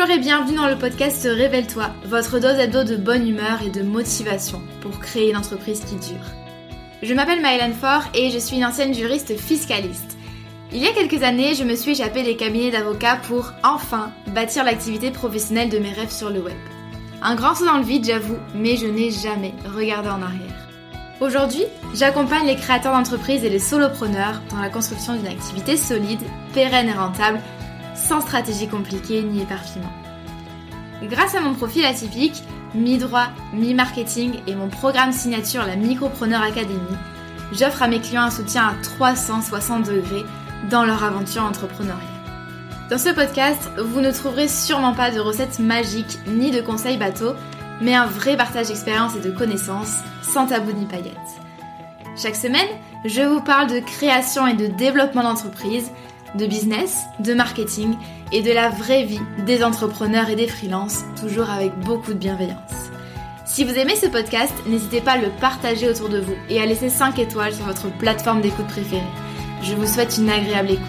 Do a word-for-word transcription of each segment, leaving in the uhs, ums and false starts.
Bonjour et bienvenue dans le podcast Révèle-toi, votre dose hebdo de bonne humeur et de motivation pour créer une entreprise qui dure. Je m'appelle Maëlène Faure et je suis une ancienne juriste fiscaliste. Il y a quelques années, je me suis échappée des cabinets d'avocats pour enfin bâtir l'activité professionnelle de mes rêves sur le web. Un grand saut dans le vide, j'avoue, mais je n'ai jamais regardé en arrière. Aujourd'hui, j'accompagne les créateurs d'entreprises et les solopreneurs dans la construction d'une activité solide, pérenne et rentable, sans stratégie compliquée ni éparpillement. Grâce à mon profil atypique, mi-droit, mi-marketing et mon programme signature, la Micropreneur Academy, j'offre à mes clients un soutien à trois cent soixante degrés dans leur aventure entrepreneuriale. Dans ce podcast, vous ne trouverez sûrement pas de recettes magiques ni de conseils bateaux, mais un vrai partage d'expériences et de connaissances, sans tabou ni paillettes. Chaque semaine, je vous parle de création et de développement d'entreprise, de business, de marketing et de la vraie vie des entrepreneurs et des freelances, toujours avec beaucoup de bienveillance. Si vous aimez ce podcast, n'hésitez pas à le partager autour de vous et à laisser cinq étoiles sur votre plateforme d'écoute préférée. Je vous souhaite une agréable écoute.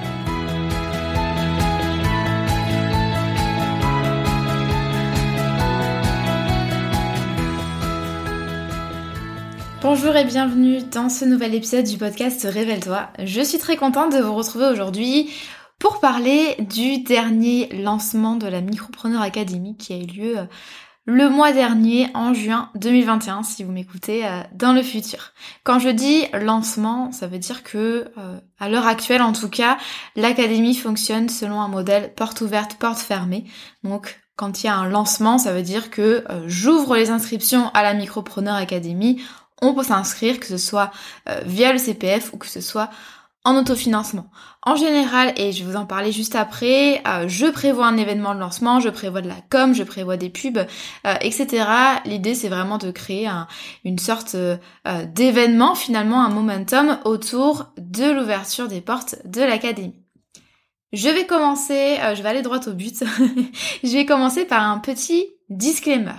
Bonjour et bienvenue dans ce nouvel épisode du podcast Révèle-toi. Je suis très contente de vous retrouver aujourd'hui pour parler du dernier lancement de la Micropreneur Academy qui a eu lieu le mois dernier en juin deux mille vingt et un si vous m'écoutez dans le futur. Quand je dis lancement, ça veut dire que à l'heure actuelle en tout cas, l'académie fonctionne selon un modèle porte ouverte, porte fermée. Donc quand il y a un lancement, ça veut dire que j'ouvre les inscriptions à la Micropreneur Academy. On peut s'inscrire, que ce soit euh, via le C P F ou que ce soit en autofinancement. En général, et je vais vous en parler juste après, euh, je prévois un événement de lancement, je prévois de la com, je prévois des pubs, euh, et cetera. L'idée, c'est vraiment de créer un, une sorte euh, d'événement, finalement un momentum autour de l'ouverture des portes de l'académie. Je vais commencer, euh, je vais aller droit au but, je vais commencer par un petit disclaimer.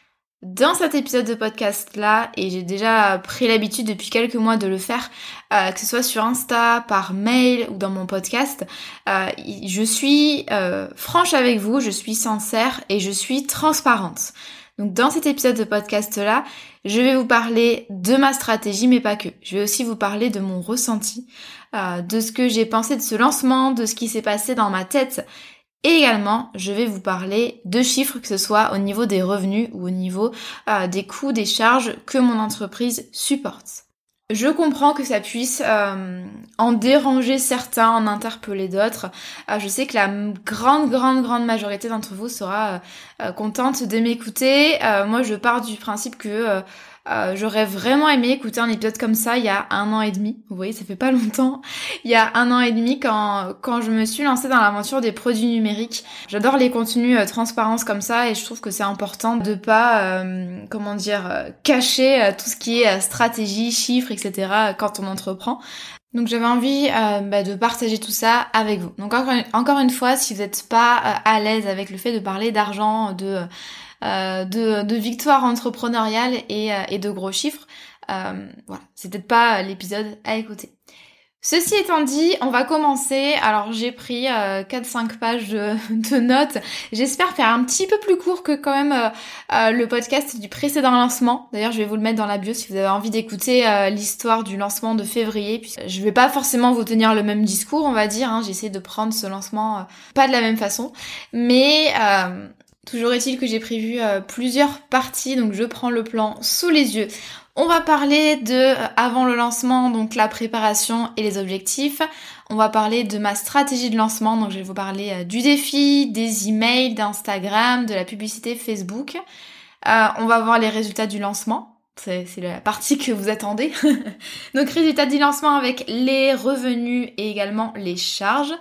Dans cet épisode de podcast-là, et j'ai déjà pris l'habitude depuis quelques mois de le faire, euh, que ce soit sur Insta, par mail ou dans mon podcast, euh, je suis euh, franche avec vous, je suis sincère et je suis transparente. Donc dans cet épisode de podcast-là, je vais vous parler de ma stratégie, mais pas que. Je vais aussi vous parler de mon ressenti, euh, de ce que j'ai pensé de ce lancement, de ce qui s'est passé dans ma tête. Et également, je vais vous parler de chiffres, que ce soit au niveau des revenus ou au niveau euh, des coûts, des charges que mon entreprise supporte. Je comprends que ça puisse euh, en déranger certains, en interpeller d'autres. Euh, je sais que la grande, grande, grande majorité d'entre vous sera euh, contente de m'écouter. Euh, moi, je pars du principe que euh, euh, j'aurais vraiment aimé écouter un épisode comme ça il y a un an et demi. Vous voyez, ça fait pas longtemps. Il y a un an et demi quand quand je me suis lancée dans l'aventure des produits numériques. J'adore les contenus euh, transparence comme ça et je trouve que c'est important de pas, euh, comment dire, euh, cacher euh, tout ce qui est euh, stratégie, chiffres, et cetera quand on entreprend. Donc j'avais envie euh, bah, de partager tout ça avec vous. Donc encore une, encore une fois, si vous n'êtes pas euh, à l'aise avec le fait de parler d'argent, de euh, de, de victoire entrepreneuriale et, euh, et de gros chiffres, euh, voilà, c'est peut-être pas l'épisode à écouter. Ceci étant dit, on va commencer. Alors j'ai pris euh, quatre cinq pages de, de notes. J'espère faire un petit peu plus court que quand même euh, euh, le podcast du précédent lancement. D'ailleurs, je vais vous le mettre dans la bio si vous avez envie d'écouter euh, l'histoire du lancement de février. Puis, je vais pas forcément vous tenir le même discours, on va dire. Hein. J'essaie de prendre ce lancement euh, pas de la même façon. Mais euh, toujours est-il que j'ai prévu euh, plusieurs parties, donc je prends le plan sous les yeux. On va parler de, euh, avant le lancement, donc la préparation et les objectifs. On va parler de ma stratégie de lancement, donc je vais vous parler euh, du défi, des emails, d'Instagram, de la publicité Facebook. Euh, on va voir les résultats du lancement. C'est, c'est la partie que vous attendez. Donc résultats du lancement avec les revenus et également les charges.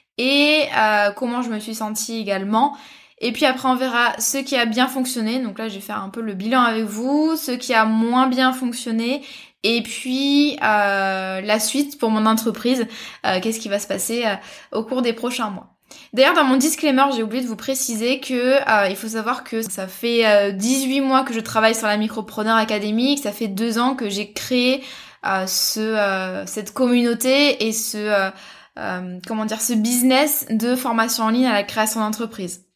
Et euh, comment je me suis sentie également. Et puis après on verra ce qui a bien fonctionné, donc là je vais faire un peu le bilan avec vous, ce qui a moins bien fonctionné, et puis euh, la suite pour mon entreprise, euh, qu'est-ce qui va se passer euh, au cours des prochains mois. D'ailleurs dans mon disclaimer j'ai oublié de vous préciser que euh, il faut savoir que ça fait euh, dix-huit mois que je travaille sur la Micropreneur Academy, que ça fait deux ans que j'ai créé euh, ce, euh, cette communauté et ce, euh, euh, comment dire, ce business de formation en ligne à la création d'entreprise.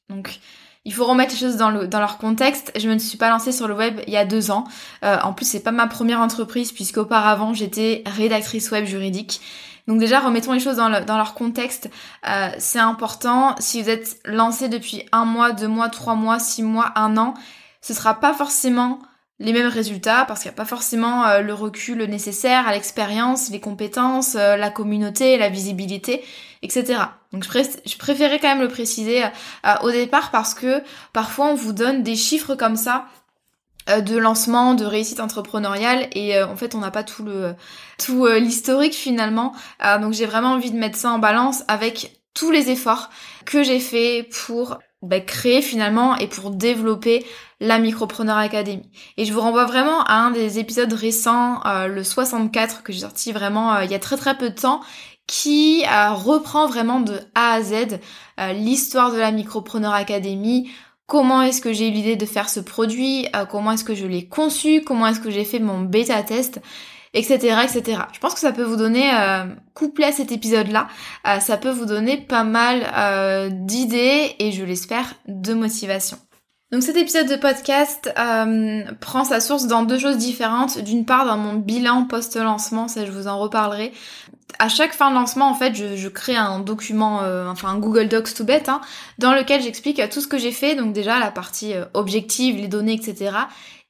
Donc il faut remettre les choses dans, le, dans leur contexte. Je ne me suis pas lancée sur le web il y a deux ans. Euh, en plus, c'est pas ma première entreprise puisqu'auparavant, j'étais rédactrice web juridique. Donc déjà, remettons les choses dans, le, dans leur contexte. Euh, c'est important. Si vous êtes lancé depuis un mois, deux mois, trois mois, six mois, un an, ce sera pas forcément les mêmes résultats parce qu'il n'y a pas forcément euh, le recul nécessaire à l'expérience, les compétences, euh, la communauté, la visibilité, et cetera. Donc je, pré- je préférais quand même le préciser euh, au départ parce que parfois on vous donne des chiffres comme ça euh, de lancement, de réussite entrepreneuriale et euh, en fait on n'a pas tout le tout euh, l'historique finalement. Euh, donc j'ai vraiment envie de mettre ça en balance avec tous les efforts que j'ai fait pour bah, créer finalement et pour développer la Micropreneur Academy. Et je vous renvoie vraiment à un des épisodes récents, euh, le soixante-quatre, que j'ai sorti vraiment euh, il y a très très peu de temps, qui euh, reprend vraiment de A à Z euh, l'histoire de la Micropreneur Academy, comment est-ce que j'ai eu l'idée de faire ce produit, euh, comment est-ce que je l'ai conçu, comment est-ce que j'ai fait mon bêta test, et cetera, et cetera. Je pense que ça peut vous donner, euh, couplé à cet épisode-là, euh, ça peut vous donner pas mal euh, d'idées et je l'espère de motivation. Donc cet épisode de podcast euh, prend sa source dans deux choses différentes. D'une part, dans mon bilan post-lancement, ça je vous en reparlerai. À chaque fin de lancement, en fait, je, je crée un document, euh, enfin un Google Docs tout bête, hein, dans lequel j'explique tout ce que j'ai fait. Donc déjà la partie euh, objective, les données, et cetera.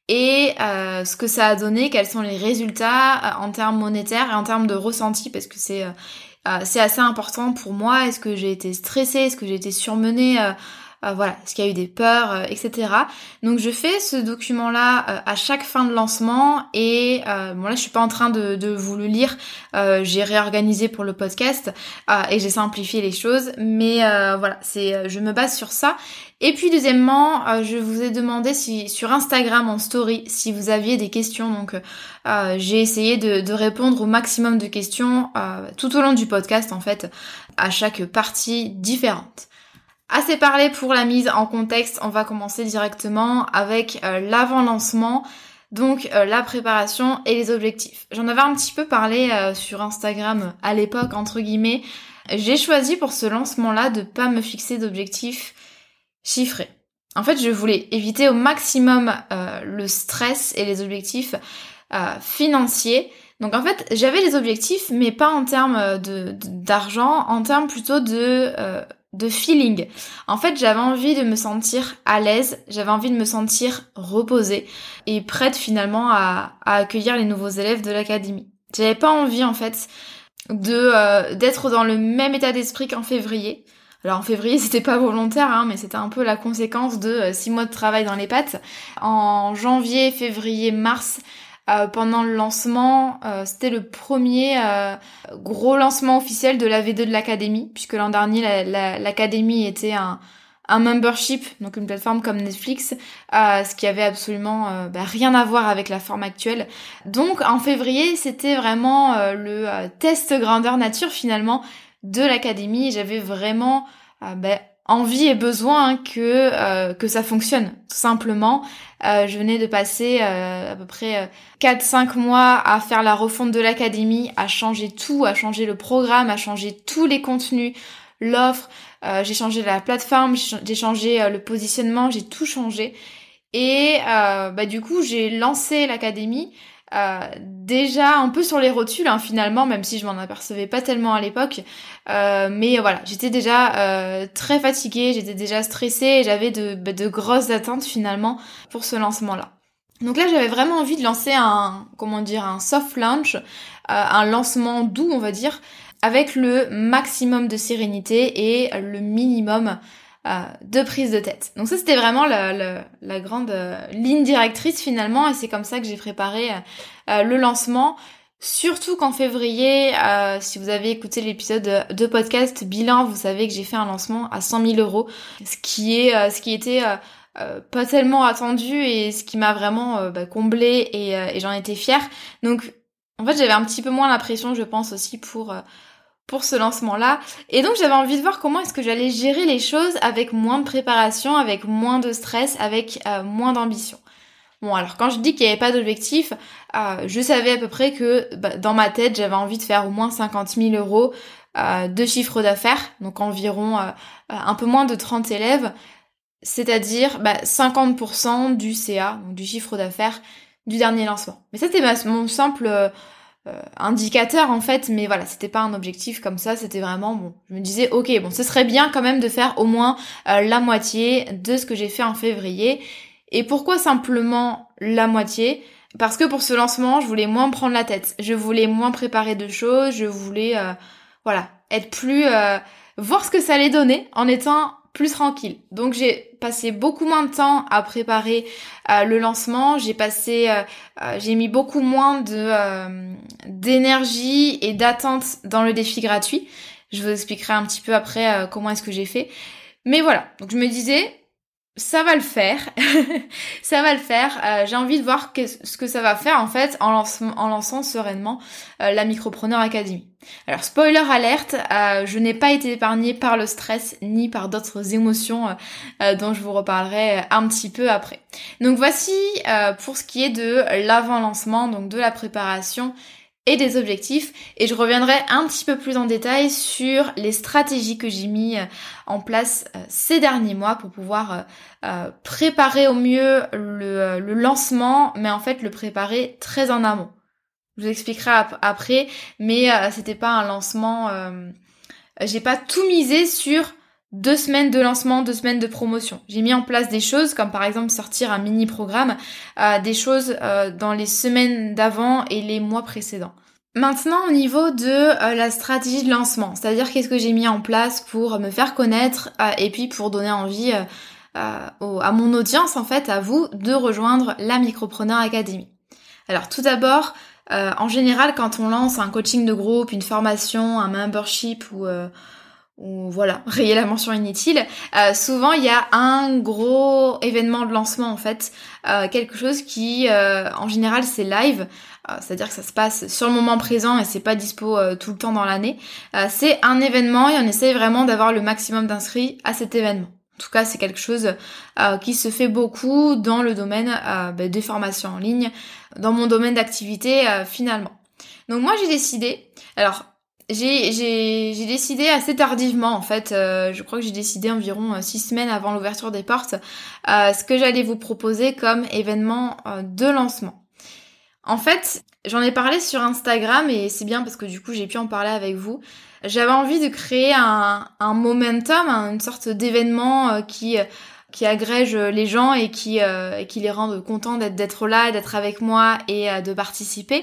Et euh, ce que ça a donné, quels sont les résultats euh, en termes monétaires et en termes de ressenti, parce que c'est euh, euh, c'est assez important pour moi. Est-ce que j'ai été stressée, est-ce que j'ai été surmenée euh, Euh, voilà, est-ce qu'il y a eu des peurs, euh, et cetera. Donc je fais ce document-là euh, à chaque fin de lancement et euh, bon là je suis pas en train de, de vous le lire, euh, j'ai réorganisé pour le podcast euh, et j'ai simplifié les choses, mais euh, voilà, c'est, je me base sur ça. Et puis deuxièmement, euh, je vous ai demandé si sur Instagram en story si vous aviez des questions, donc euh, j'ai essayé de, de répondre au maximum de questions euh, tout au long du podcast en fait, à chaque partie différente. Assez parlé pour la mise en contexte, on va commencer directement avec euh, l'avant-lancement, donc euh, la préparation et les objectifs. J'en avais un petit peu parlé euh, sur Instagram à l'époque, entre guillemets. J'ai choisi pour ce lancement-là de pas me fixer d'objectifs chiffrés. En fait, je voulais éviter au maximum euh, le stress et les objectifs euh, financiers. Donc en fait, j'avais les objectifs, mais pas en termes de, de, d'argent, en termes plutôt de... Euh, de feeling. En fait, j'avais envie de me sentir à l'aise, j'avais envie de me sentir reposée et prête finalement à, à accueillir les nouveaux élèves de l'académie. J'avais pas envie en fait de euh, d'être dans le même état d'esprit qu'en février. Alors en février c'était pas volontaire, hein, mais c'était un peu la conséquence de euh, six mois de travail dans les pattes. En janvier, février, mars, Euh, pendant le lancement, euh, c'était le premier euh, gros lancement officiel de la V deux de l'académie, puisque l'an dernier la, la, l'académie était un, un membership, donc une plateforme comme Netflix, euh, ce qui avait absolument euh, bah, rien à voir avec la forme actuelle. Donc en février, c'était vraiment euh, le euh, test grandeur nature finalement de l'académie. J'avais vraiment euh, bah, envie et besoin que euh, que ça fonctionne, tout simplement. Euh, je venais de passer euh, à peu près euh, quatre cinq mois à faire la refonte de l'académie, à changer tout, à changer le programme, à changer tous les contenus, l'offre, euh, j'ai changé la plateforme, j'ai changé euh, le positionnement, j'ai tout changé. Et euh, bah du coup, j'ai lancé l'académie euh, déjà un peu sur les rotules, hein, finalement, même si je m'en apercevais pas tellement à l'époque. Euh, mais voilà, j'étais déjà euh, très fatiguée, j'étais déjà stressée et j'avais de, bah, de grosses attentes finalement pour ce lancement-là. Donc là, j'avais vraiment envie de lancer un, comment dire, un soft launch, euh, un lancement doux, on va dire, avec le maximum de sérénité et le minimum euh, de prise de tête. Donc ça, c'était vraiment la, la, la grande euh, ligne directrice finalement, et c'est comme ça que j'ai préparé euh, le lancement. Surtout qu'en février, euh, si vous avez écouté l'épisode de podcast bilan, vous savez que j'ai fait un lancement à cent mille euros, ce qui est, euh, ce qui était euh, euh, pas tellement attendu et ce qui m'a vraiment euh, bah, comblée et, euh, et j'en étais fière. Donc en fait, j'avais un petit peu moins la pression, je pense aussi pour euh, pour ce lancement-là. Et donc j'avais envie de voir comment est-ce que j'allais gérer les choses avec moins de préparation, avec moins de stress, avec euh, moins d'ambition. Bon, alors quand je dis qu'il n'y avait pas d'objectif, euh, je savais à peu près que bah, dans ma tête, j'avais envie de faire au moins cinquante mille euros euh, de chiffre d'affaires, donc environ euh, un peu moins de trente élèves. c'est-à-dire bah, cinquante pour cent du C A, donc du chiffre d'affaires du dernier lancement. Mais ça c'était ma, mon simple euh, indicateur en fait, mais voilà, c'était pas un objectif comme ça, c'était vraiment bon. Je me disais ok, bon, ce serait bien quand même de faire au moins euh, la moitié de ce que j'ai fait en février. Et pourquoi simplement la moitié ? Parce que pour ce lancement, je voulais moins me prendre la tête, je voulais moins préparer de choses, je voulais euh, voilà, être plus euh, voir ce que ça allait donner en étant plus tranquille. Donc j'ai passé beaucoup moins de temps à préparer euh, le lancement, j'ai passé euh, euh, j'ai mis beaucoup moins de euh, d'énergie et d'attente dans le défi gratuit. Je vous expliquerai un petit peu après euh, comment est-ce que j'ai fait. Mais voilà, donc je me disais ça va le faire, ça va le faire. Euh, j'ai envie de voir que, ce que ça va faire en fait en, lance, en lançant sereinement euh, la Micropreneur Academy. Alors spoiler alerte, euh, je n'ai pas été épargnée par le stress ni par d'autres émotions euh, euh, dont je vous reparlerai un petit peu après. Donc voici euh, pour ce qui est de l'avant-lancement, donc de la préparation et des objectifs, et je reviendrai un petit peu plus en détail sur les stratégies que j'ai mis en place euh, ces derniers mois pour pouvoir euh, euh, préparer au mieux le, le lancement, mais en fait le préparer très en amont. Je vous expliquerai ap- après, mais euh, c'était pas un lancement, euh, j'ai pas tout misé sur deux semaines de lancement, deux semaines de promotion. J'ai mis en place des choses comme par exemple sortir un mini-programme, euh, des choses euh, dans les semaines d'avant et les mois précédents. Maintenant au niveau de euh, la stratégie de lancement, c'est-à-dire qu'est-ce que j'ai mis en place pour me faire connaître euh, et puis pour donner envie euh, euh, au, à mon audience en fait, à vous, de rejoindre la Micropreneur Academy. Alors tout d'abord, euh, en général quand on lance un coaching de groupe, une formation, un membership ou... Euh, ou voilà, rayer la mention inutile, euh, souvent il y a un gros événement de lancement en fait, euh, quelque chose qui euh, en général c'est live, euh, c'est-à-dire que ça se passe sur le moment présent et c'est pas dispo euh, tout le temps dans l'année. Euh, c'est un événement et on essaye vraiment d'avoir le maximum d'inscrits à cet événement. En tout cas, c'est quelque chose euh, qui se fait beaucoup dans le domaine euh, bah, des formations en ligne, dans mon domaine d'activité euh, finalement. Donc moi j'ai décidé, alors J'ai, j'ai, j'ai décidé assez tardivement en fait, euh, je crois que j'ai décidé environ euh, six semaines avant l'ouverture des portes, euh, ce que j'allais vous proposer comme événement euh, de lancement. En fait, j'en ai parlé sur Instagram et c'est bien parce que du coup j'ai pu en parler avec vous. J'avais envie de créer un, un momentum, une sorte d'événement euh, qui... qui agrège les gens et qui, euh, qui les rend contents d'être, d'être là, d'être avec moi et euh, de participer.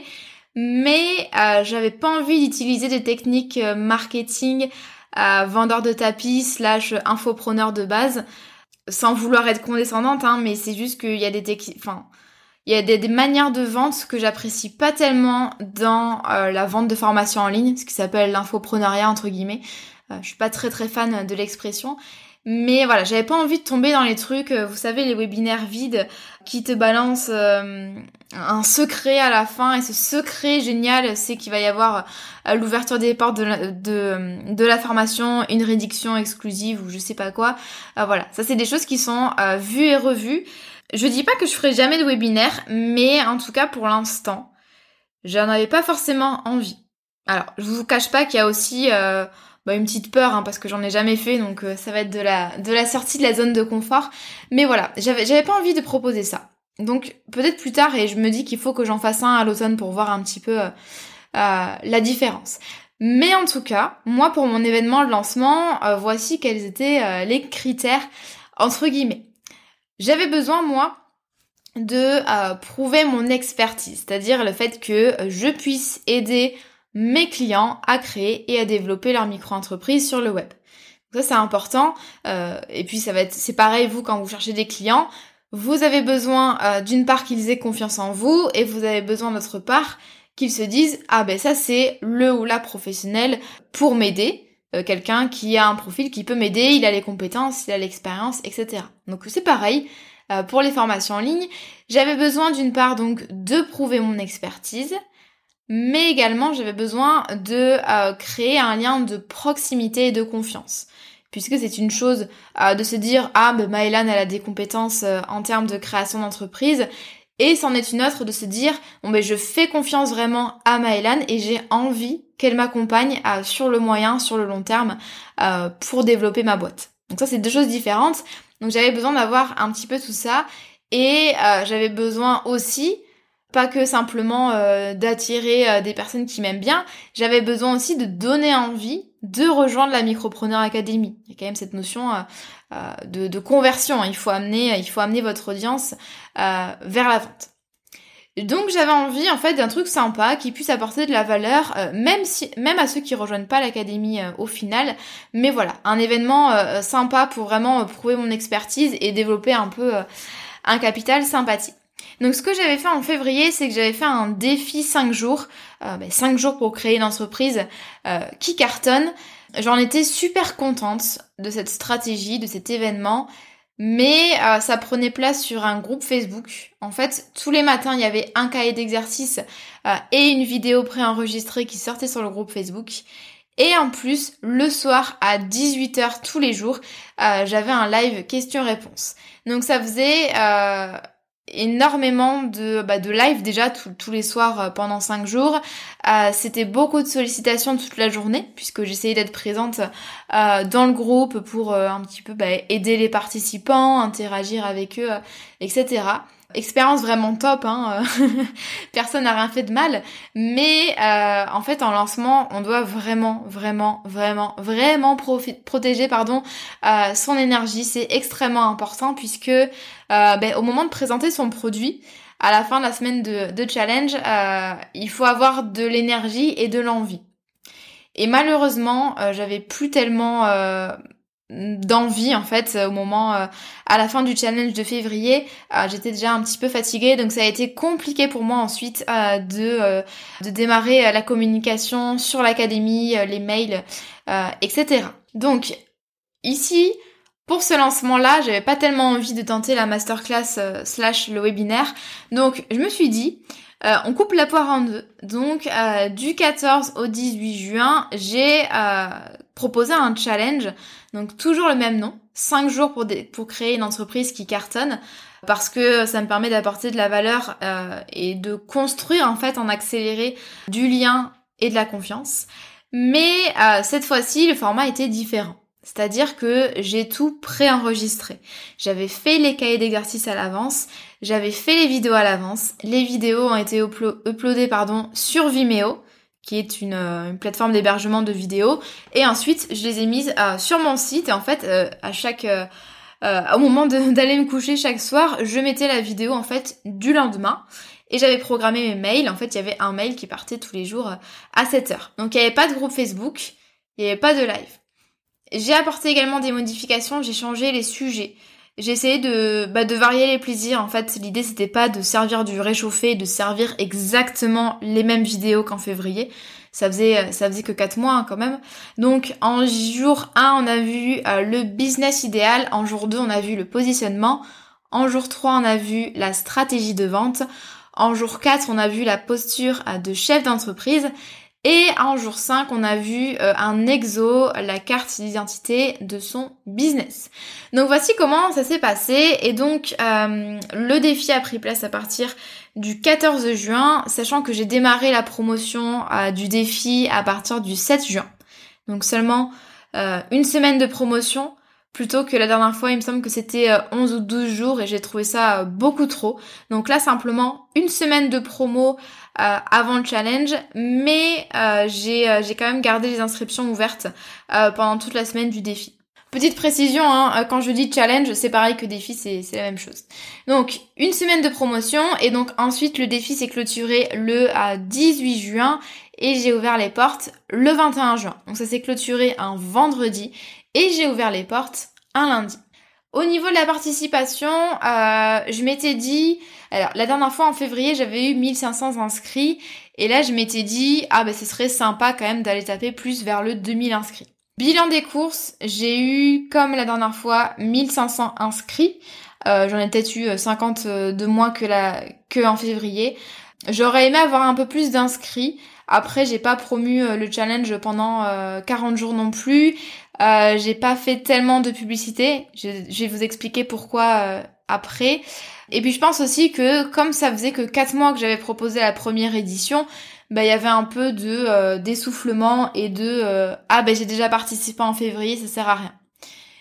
Mais euh, j'avais pas envie d'utiliser des techniques euh, marketing euh, vendeur de tapis slash infopreneur de base, sans vouloir être condescendante, hein, mais c'est juste qu'il y a des techniques, enfin, il y a des, des manières de vente que j'apprécie pas tellement dans euh, la vente de formation en ligne, ce qui s'appelle l'infopreneuriat entre guillemets. Euh, je suis pas très très fan de l'expression. Mais voilà, j'avais pas envie de tomber dans les trucs, euh, vous savez, les webinaires vides qui te balancent euh, un secret à la fin. Et ce secret génial, c'est qu'il va y avoir euh, l'ouverture des portes de la, de, de la formation, une réduction exclusive ou je sais pas quoi. Euh, voilà, ça c'est des choses qui sont euh, vues et revues. Je dis pas que je ferai jamais de webinaire, mais en tout cas pour l'instant, j'en avais pas forcément envie. Alors, je vous cache pas qu'il y a aussi... Euh, Bah, une petite peur hein, parce que j'en ai jamais fait, donc euh, ça va être de la de la sortie de la zone de confort. Mais voilà, j'avais j'avais pas envie de proposer ça. Donc peut-être plus tard, et je me dis qu'il faut que j'en fasse un à l'automne pour voir un petit peu euh, euh, la différence. Mais en tout cas, moi pour mon événement de lancement, euh, voici quels étaient euh, les critères entre guillemets. J'avais besoin moi de euh, prouver mon expertise, c'est-à-dire le fait que je puisse aider mes clients à créer et à développer leur micro-entreprise sur le web. Donc ça c'est important. Euh, et puis ça va être, c'est pareil vous quand vous cherchez des clients, vous avez besoin euh, d'une part qu'ils aient confiance en vous et vous avez besoin d'autre part qu'ils se disent ah ben ça c'est le ou la professionnel pour m'aider, euh, quelqu'un qui a un profil qui peut m'aider, il a les compétences, il a l'expérience, et cetera. Donc c'est pareil euh, pour les formations en ligne. J'avais besoin d'une part donc de prouver mon expertise. Mais également, j'avais besoin de euh, créer un lien de proximité et de confiance. Puisque c'est une chose euh, de se dire « Ah, ben Maëlan, elle a des compétences euh, en termes de création d'entreprise. » Et c'en est une autre de se dire « Bon, ben je fais confiance vraiment à Maëlan et j'ai envie qu'elle m'accompagne euh, sur le moyen, sur le long terme euh, pour développer ma boîte. » Donc ça, c'est deux choses différentes. Donc j'avais besoin d'avoir un petit peu tout ça et euh, j'avais besoin aussi, pas que simplement euh, d'attirer euh, des personnes qui m'aiment bien, j'avais besoin aussi de donner envie de rejoindre la Micropreneur Academy. Il y a quand même cette notion euh, euh, de, de conversion, il faut amener, il faut amener votre audience euh, vers la vente. Donc j'avais envie en fait d'un truc sympa qui puisse apporter de la valeur, euh, même si, même à ceux qui rejoignent pas l'académie euh, au final. Mais voilà, un événement euh, sympa pour vraiment euh, prouver mon expertise et développer un peu euh, un capital sympathique. Donc ce que j'avais fait en février, c'est que j'avais fait un défi cinq jours, euh, ben, cinq jours pour créer une entreprise euh, qui cartonne. J'en étais super contente de cette stratégie, de cet événement. Mais euh, ça prenait place sur un groupe Facebook. En fait, tous les matins, il y avait un cahier d'exercice euh, et une vidéo préenregistrée qui sortait sur le groupe Facebook. Et en plus, le soir à dix-huit heures tous les jours, euh, j'avais un live questions-réponses. Donc ça faisait euh, énormément de, bah, de live déjà tout, tous les soirs euh, pendant cinq jours. Euh, c'était beaucoup de sollicitations toute la journée puisque j'essayais d'être présente euh, dans le groupe pour euh, un petit peu bah, aider les participants, interagir avec eux, euh, et cetera. Expérience vraiment top, hein. Personne n'a rien fait de mal, mais euh, en fait en lancement on doit vraiment, vraiment, vraiment, vraiment profi- protéger pardon euh, son énergie. C'est extrêmement important puisque euh, ben, au moment de présenter son produit, à la fin de la semaine de, de challenge, euh, il faut avoir de l'énergie et de l'envie. Et malheureusement, euh, j'avais plus tellement euh, d'envie en fait au moment euh, à la fin du challenge de février. Euh, j'étais déjà un petit peu fatiguée, donc ça a été compliqué pour moi ensuite euh, de euh, de démarrer euh, la communication sur l'académie, euh, les mails, euh, et cetera. Donc ici, pour ce lancement-là, j'avais pas tellement envie de tenter la masterclass euh, slash le webinaire, donc je me suis dit Euh, on coupe la poire en deux. Donc euh, du quatorze au dix-huit juin, j'ai euh, proposé un challenge. Donc toujours le même nom, cinq jours pour, des, pour créer une entreprise qui cartonne, parce que ça me permet d'apporter de la valeur euh, et de construire en fait en accéléré du lien et de la confiance. Mais euh, cette fois-ci, le format était différent. C'est-à-dire que j'ai tout préenregistré. J'avais fait les cahiers d'exercice à l'avance, j'avais fait les vidéos à l'avance. Les vidéos ont été uplo- uploadées pardon, sur Vimeo, qui est une, euh, une plateforme d'hébergement de vidéos. Et ensuite, je les ai mises euh, sur mon site. Et en fait, euh, à chaque, euh, euh, au moment de, d'aller me coucher chaque soir, je mettais la vidéo en fait du lendemain. Et j'avais programmé mes mails. En fait, il y avait un mail qui partait tous les jours à sept heures. Donc, il n'y avait pas de groupe Facebook, il n'y avait pas de live. J'ai apporté également des modifications, j'ai changé les sujets. J'ai essayé de, bah, de varier les plaisirs. En fait, l'idée c'était pas de servir du réchauffé, de servir exactement les mêmes vidéos qu'en février. Ça faisait, ça faisait que quatre mois hein, quand même. Donc en jour un, on a vu euh, le business idéal. En jour deux, on a vu le positionnement. En jour trois, on a vu la stratégie de vente. En jour quatre, on a vu la posture euh, de chef d'entreprise. Et en jour cinq, on a vu euh, un exo, la carte d'identité de son business. Donc voici comment ça s'est passé. Et donc euh, le défi a pris place à partir du quatorze juin, sachant que j'ai démarré la promotion euh, du défi à partir du sept juin. Donc seulement euh, une semaine de promotion, plutôt que la dernière fois, il me semble que c'était euh, onze ou douze jours et j'ai trouvé ça euh, beaucoup trop. Donc là, simplement une semaine de promo Euh, avant le challenge, mais euh, j'ai euh, j'ai quand même gardé les inscriptions ouvertes euh, pendant toute la semaine du défi. Petite précision, hein, quand je dis challenge, c'est pareil que défi, c'est c'est la même chose. Donc une semaine de promotion et donc ensuite le défi s'est clôturé le à dix-huit juin et j'ai ouvert les portes le vingt et un juin. Donc ça s'est clôturé un vendredi et j'ai ouvert les portes un lundi. Au niveau de la participation, euh, je m'étais dit... Alors, la dernière fois, en février, j'avais eu mille cinq cents inscrits. Et là, je m'étais dit, ah ben, ce serait sympa quand même d'aller taper plus vers le deux mille inscrits. Bilan des courses, j'ai eu, comme la dernière fois, mille cinq cents inscrits. Euh, j'en ai peut-être eu cinquante de moins que, la, que en février. J'aurais aimé avoir un peu plus d'inscrits. Après, j'ai pas promu le challenge pendant euh, quarante jours non plus. Euh, j'ai pas fait tellement de publicité. Je, je vais vous expliquer pourquoi euh, après. Et puis je pense aussi que comme ça faisait que quatre mois que j'avais proposé la première édition, bah il y avait un peu de euh, d'essoufflement et de euh, ah ben j'ai déjà participé en février, ça sert à rien.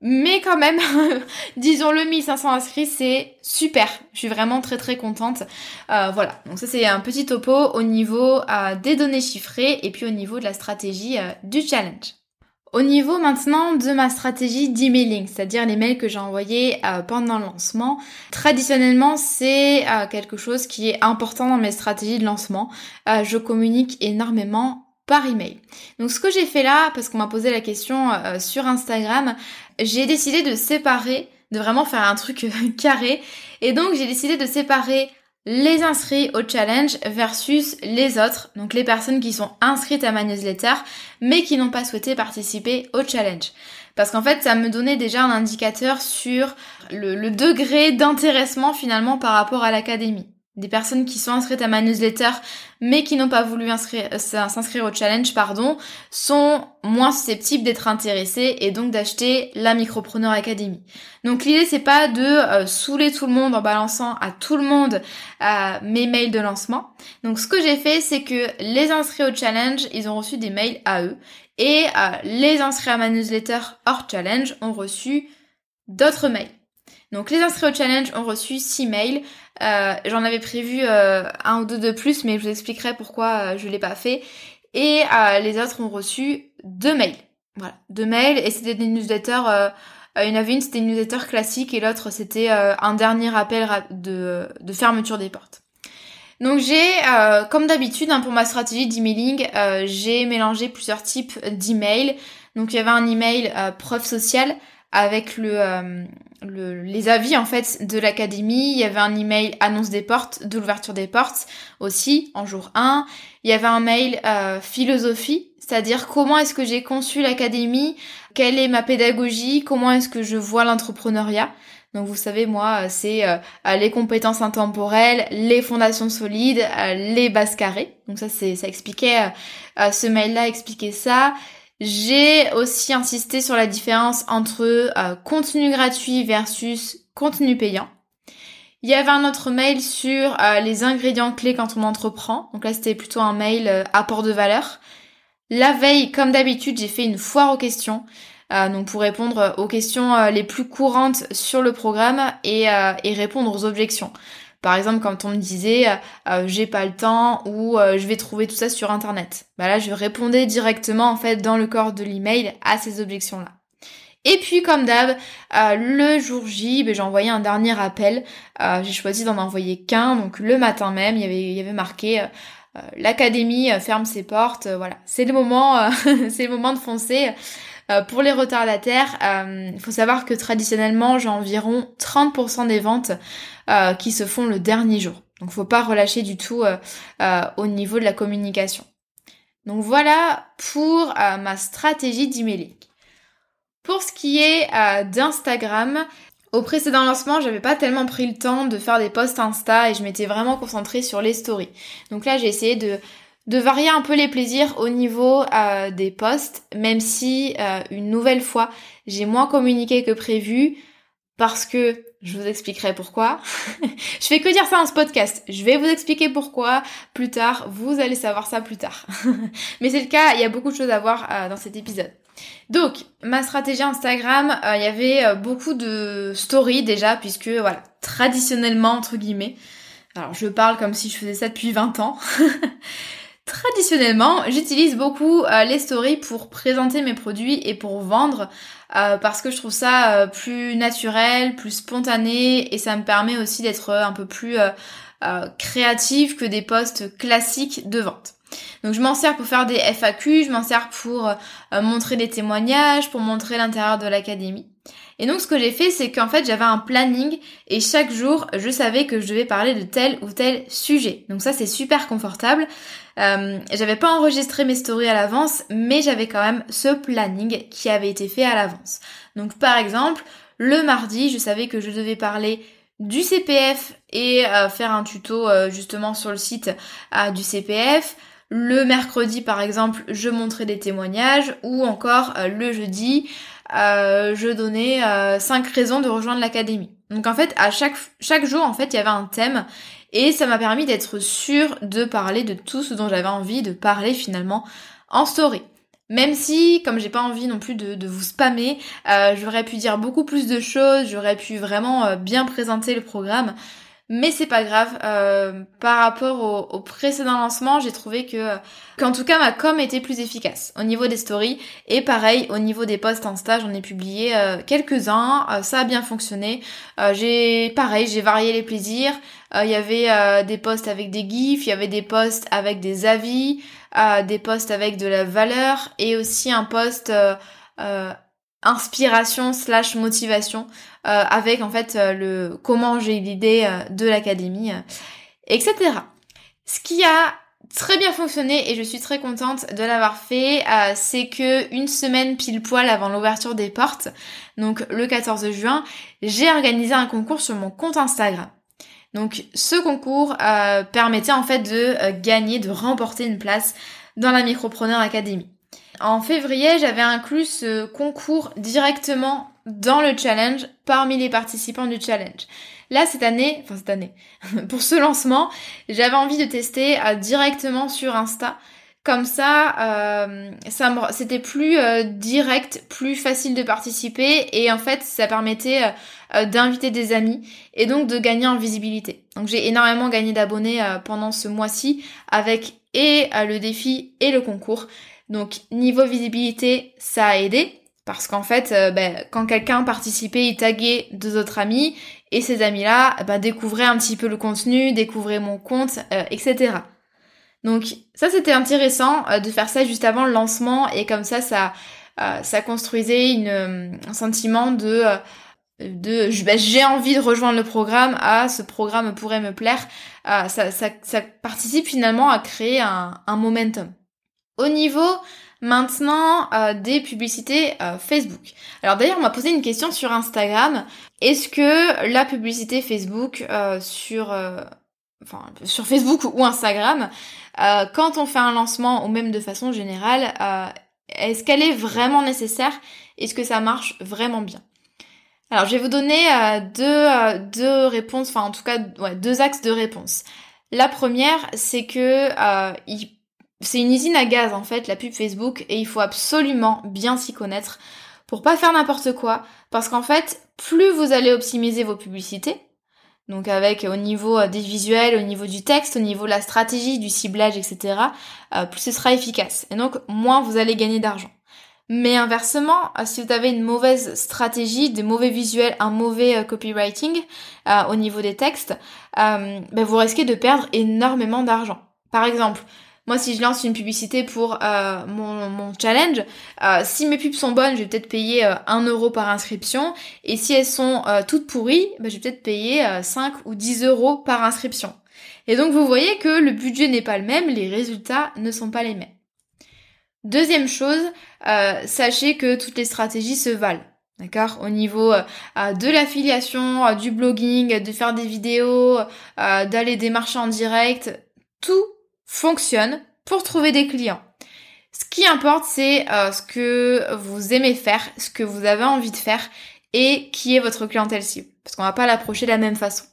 Mais quand même, disons-le, mille cinq cents inscrits, c'est super. Je suis vraiment très très contente. Euh, voilà, donc ça c'est un petit topo au niveau euh, des données chiffrées et puis au niveau de la stratégie euh, du challenge. Au niveau maintenant de ma stratégie d'emailing, c'est-à-dire les mails que j'ai envoyés euh, pendant le lancement, traditionnellement c'est euh, quelque chose qui est important dans mes stratégies de lancement. Euh, je communique énormément par email. Donc ce que j'ai fait là, parce qu'on m'a posé la question euh, sur Instagram, j'ai décidé de séparer, de vraiment faire un truc carré, et donc j'ai décidé de séparer les inscrits au challenge versus les autres, donc les personnes qui sont inscrites à ma newsletter mais qui n'ont pas souhaité participer au challenge. Parce qu'en fait, ça me donnait déjà un indicateur sur le, le degré d'intéressement finalement par rapport à l'académie. Des personnes qui sont inscrites à ma newsletter mais qui n'ont pas voulu inscrire, euh, s'inscrire au challenge, pardon, sont moins susceptibles d'être intéressées et donc d'acheter la Micropreneur Academy. Donc l'idée c'est pas de euh, saouler tout le monde en balançant à tout le monde euh, mes mails de lancement. Donc ce que j'ai fait c'est que les inscrits au challenge, ils ont reçu des mails à eux et euh, les inscrits à ma newsletter hors challenge ont reçu d'autres mails. Donc les inscrits au challenge ont reçu six mails. Euh, j'en avais prévu euh, un ou deux de plus, mais je vous expliquerai pourquoi euh, je l'ai pas fait. Et euh, les autres ont reçu deux mails. Voilà, deux mails, et c'était des newsletters. Euh, il y en avait une, c'était une newsletter classique, et l'autre, c'était euh, un dernier appel de, de fermeture des portes. Donc j'ai, euh, comme d'habitude, hein, pour ma stratégie d'emailing, euh, j'ai mélangé plusieurs types d'emails. Donc il y avait un email euh, preuve sociale avec le, euh, le les avis en fait de l'académie. Il y avait un email annonce des portes, de l'ouverture des portes aussi en jour un. Il y avait un mail euh, philosophie, c'est-à-dire comment est-ce que j'ai conçu l'académie, quelle est ma pédagogie, comment est-ce que je vois l'entrepreneuriat. Donc vous savez, moi, c'est euh, les compétences intemporelles, les fondations solides, euh, les bases carrées. Donc ça, c'est ça expliquait, euh, ce mail-là expliquait ça. J'ai aussi insisté sur la différence entre euh, contenu gratuit versus contenu payant. Il y avait un autre mail sur euh, les ingrédients clés quand on entreprend. Donc là, c'était plutôt un mail euh, apport de valeur. La veille, comme d'habitude, j'ai fait une foire aux questions. Euh, donc pour répondre aux questions euh, les plus courantes sur le programme et, euh, et répondre aux objections. Par exemple, quand on me disait euh, j'ai pas le temps ou euh, je vais trouver tout ça sur internet. Bah là, je répondais directement en fait dans le corps de l'email à ces objections-là. Et puis comme d'hab, euh, le jour J, bah, j'ai envoyé un dernier appel. Euh, j'ai choisi d'en envoyer qu'un, donc le matin même, il y avait, il y avait marqué euh, euh, l'académie euh, ferme ses portes. Euh, voilà, c'est le moment, euh, c'est le moment de foncer. Euh, pour les retardataires, euh, il faut savoir que traditionnellement, j'ai environ trente pour cent des ventes euh, qui se font le dernier jour. Donc faut pas relâcher du tout euh, euh, au niveau de la communication. Donc voilà pour euh, ma stratégie d'emailing. Pour ce qui est euh, d'Instagram, au précédent lancement, j'avais pas tellement pris le temps de faire des posts Insta et je m'étais vraiment concentrée sur les stories. Donc là, j'ai essayé de de varier un peu les plaisirs au niveau euh, des posts, même si euh, une nouvelle fois j'ai moins communiqué que prévu parce que je vous expliquerai pourquoi. Je fais que dire ça dans ce podcast. Je vais vous expliquer pourquoi plus tard. Vous allez savoir ça plus tard. Mais c'est le cas. Il y a beaucoup de choses à voir euh, dans cet épisode. Donc ma stratégie Instagram, euh, il y avait euh, beaucoup de stories déjà puisque voilà traditionnellement entre guillemets. Alors je parle comme si je faisais ça depuis vingt ans. Traditionnellement, j'utilise beaucoup euh, les stories pour présenter mes produits et pour vendre euh, parce que je trouve ça euh, plus naturel, plus spontané et ça me permet aussi d'être euh, un peu plus euh, euh, créative que des posts classiques de vente. Donc je m'en sers pour faire des F A Q, je m'en sers pour euh, montrer des témoignages, pour montrer l'intérieur de l'académie. Et donc ce que j'ai fait, c'est qu'en fait j'avais un planning et chaque jour je savais que je devais parler de tel ou tel sujet. Donc ça c'est super confortable. Euh, j'avais pas enregistré mes stories à l'avance, mais j'avais quand même ce planning qui avait été fait à l'avance. Donc par exemple, le mardi, je savais que je devais parler du C P F et euh, faire un tuto euh, justement sur le site euh, du C P F. Le mercredi par exemple, je montrais des témoignages ou encore euh, le jeudi, euh, je donnais euh, cinq raisons de rejoindre l'académie. Donc en fait, à chaque chaque jour en fait, il y avait un thème et ça m'a permis d'être sûre de parler de tout ce dont j'avais envie de parler finalement en story. Même si, comme j'ai pas envie non plus de, de vous spammer, euh, j'aurais pu dire beaucoup plus de choses, j'aurais pu vraiment euh, bien présenter le programme. Mais c'est pas grave, euh, par rapport au, au précédent lancement, j'ai trouvé que qu'en tout cas ma com était plus efficace au niveau des stories. Et pareil, au niveau des posts Insta, j'en ai publié euh, quelques-uns, euh, ça a bien fonctionné. Euh, j'ai pareil, j'ai varié les plaisirs. Il euh, y avait euh, des posts avec des gifs, il y avait des posts avec des avis, euh, des posts avec de la valeur et aussi un post euh, euh, inspiration slash motivation euh, avec en fait euh, le comment j'ai eu l'idée euh, de l'académie, euh, et cetera. Ce qui a très bien fonctionné et je suis très contente de l'avoir fait, euh, c'est que une semaine pile poil avant l'ouverture des portes, donc le quatorze juin, j'ai organisé un concours sur mon compte Instagram. Donc ce concours euh, permettait en fait de euh, gagner, de remporter une place dans la Micropreneur Academy. En février, j'avais inclus ce concours directement dans le challenge parmi les participants du challenge. Là, cette année, enfin cette année, pour ce lancement, j'avais envie de tester euh, directement sur Insta. Comme ça, euh, ça me, c'était plus euh, direct, plus facile de participer et en fait, ça permettait euh, d'inviter des amis et donc de gagner en visibilité. Donc j'ai énormément gagné d'abonnés euh, pendant ce mois-ci avec et euh, le défi et le concours. Donc niveau visibilité, ça a aidé parce qu'en fait, euh, ben, quand quelqu'un participait, il taguait deux autres amis et ces amis-là ben, découvraient un petit peu le contenu, découvraient mon compte, euh, et cetera. Donc ça c'était intéressant euh, de faire ça juste avant le lancement et comme ça ça euh, ça construisait une, euh, un sentiment de euh, de ben, j'ai envie de rejoindre le programme, ah ce programme pourrait me plaire, euh, ça, ça, ça participe finalement à créer un, un momentum. Au niveau maintenant euh, des publicités euh, Facebook. Alors d'ailleurs on m'a posé une question sur Instagram, est-ce que la publicité Facebook euh, sur euh, enfin sur Facebook ou Instagram, euh, quand on fait un lancement ou même de façon générale, euh, est-ce qu'elle est vraiment nécessaire? Est-ce que ça marche vraiment bien? Alors je vais vous donner euh, deux, euh, deux réponses, enfin en tout cas ouais, deux axes de réponse. La première, c'est que euh, il, c'est une usine à gaz en fait, la pub Facebook, et il faut absolument bien s'y connaître pour pas faire n'importe quoi, parce qu'en fait, plus vous allez optimiser vos publicités, donc avec au niveau des visuels, au niveau du texte, au niveau de la stratégie, du ciblage, et cetera, euh, plus ce sera efficace. Et donc, moins vous allez gagner d'argent. Mais inversement, si vous avez une mauvaise stratégie, des mauvais visuels, un mauvais euh, copywriting euh, au niveau des textes, euh, ben vous risquez de perdre énormément d'argent. Par exemple, moi si je lance une publicité pour euh, mon, mon challenge, euh, si mes pubs sont bonnes, je vais peut-être payer euh, un euro par inscription, et si elles sont euh, toutes pourries, ben, je vais peut-être payer euh, cinq ou dix euros par inscription. Et donc vous voyez que le budget n'est pas le même, les résultats ne sont pas les mêmes. Deuxième chose, euh, sachez que toutes les stratégies se valent, d'accord? Au niveau euh, de l'affiliation, euh, du blogging, de faire des vidéos, euh, d'aller démarcher en direct, tout fonctionne pour trouver des clients. Ce qui importe, c'est euh, ce que vous aimez faire, ce que vous avez envie de faire et qui est votre clientèle cible, parce qu'on va pas l'approcher de la même façon.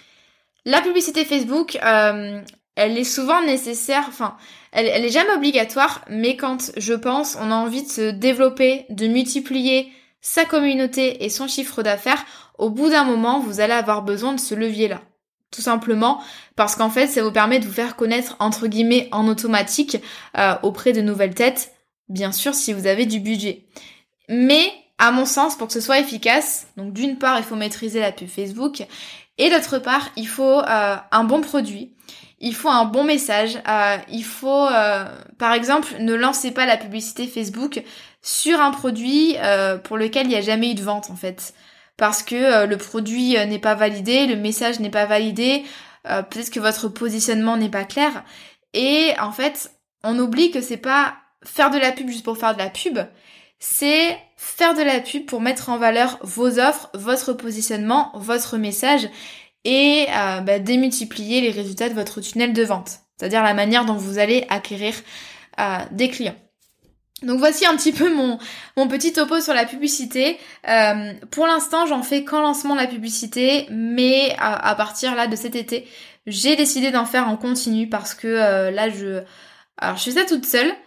La publicité Facebook, euh, elle est souvent nécessaire, enfin, elle, elle est jamais obligatoire, mais quand, je pense, on a envie de se développer, de multiplier sa communauté et son chiffre d'affaires, au bout d'un moment, vous allez avoir besoin de ce levier-là. Tout simplement parce qu'en fait, ça vous permet de vous faire connaître, entre guillemets, en automatique, euh, auprès de nouvelles têtes, bien sûr, si vous avez du budget. Mais, à mon sens, pour que ce soit efficace, donc d'une part, il faut maîtriser la pub Facebook, et d'autre part, il faut euh, un bon produit, il faut un bon message, euh, il faut, euh, par exemple, ne lancez pas la publicité Facebook sur un produit euh, pour lequel il n'y a jamais eu de vente, en fait. Parce que euh, le produit euh, n'est pas validé, le message n'est pas validé, euh, peut-être que votre positionnement n'est pas clair. Et en fait, on oublie que c'est pas faire de la pub juste pour faire de la pub, c'est faire de la pub pour mettre en valeur vos offres, votre positionnement, votre message et euh, bah, démultiplier les résultats de votre tunnel de vente, c'est-à-dire la manière dont vous allez acquérir euh, des clients. Donc voici un petit peu mon, mon petit topo sur la publicité. Euh, pour l'instant, j'en fais qu'en lancement de la publicité, mais à, à partir là de cet été, j'ai décidé d'en faire en continu parce que euh, là, je, alors je fais ça toute seule,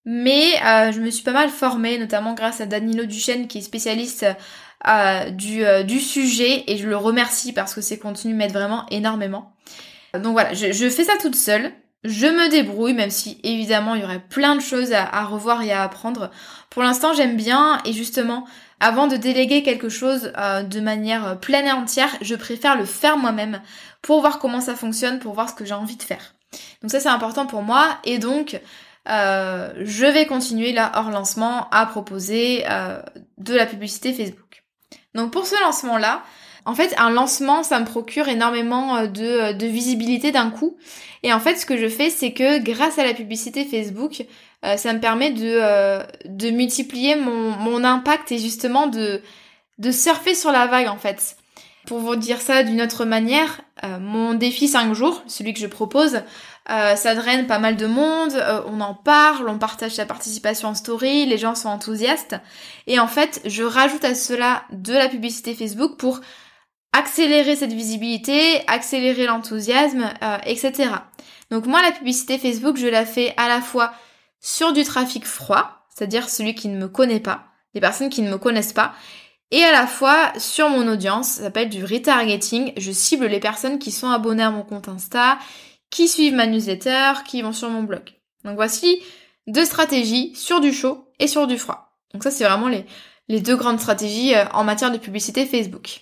Mais euh, je me suis pas mal formée, notamment grâce à Danilo Duchesne qui est spécialiste euh, du, euh, du sujet, et je le remercie parce que ses contenus m'aident vraiment énormément. Donc voilà, je, je fais ça toute seule, je me débrouille, même si évidemment il y aurait plein de choses à, à revoir et à apprendre. Pour l'instant j'aime bien, et justement, avant de déléguer quelque chose euh, de manière pleine et entière, je préfère le faire moi-même pour voir comment ça fonctionne, pour voir ce que j'ai envie de faire. Donc ça c'est important pour moi, et donc euh, je vais continuer là hors lancement à proposer euh, de la publicité Facebook. Donc pour ce lancement-là, en fait un lancement ça me procure énormément de, de visibilité d'un coup, et en fait ce que je fais c'est que grâce à la publicité Facebook, euh, ça me permet de, euh, de multiplier mon, mon impact, et justement de, de surfer sur la vague en fait. Pour vous dire ça d'une autre manière, euh, mon défi cinq jours, celui que je propose, euh, ça draine pas mal de monde, euh, on en parle, on partage sa participation en story, les gens sont enthousiastes, et en fait je rajoute à cela de la publicité Facebook pour accélérer cette visibilité, accélérer l'enthousiasme, euh, et cetera. Donc moi la publicité Facebook je la fais à la fois sur du trafic froid, c'est-à-dire celui qui ne me connaît pas, les personnes qui ne me connaissent pas, et à la fois sur mon audience, ça s'appelle du retargeting, je cible les personnes qui sont abonnées à mon compte Insta, qui suivent ma newsletter, qui vont sur mon blog. Donc voici deux stratégies sur du chaud et sur du froid. Donc ça c'est vraiment les, les deux grandes stratégies euh, en matière de publicité Facebook.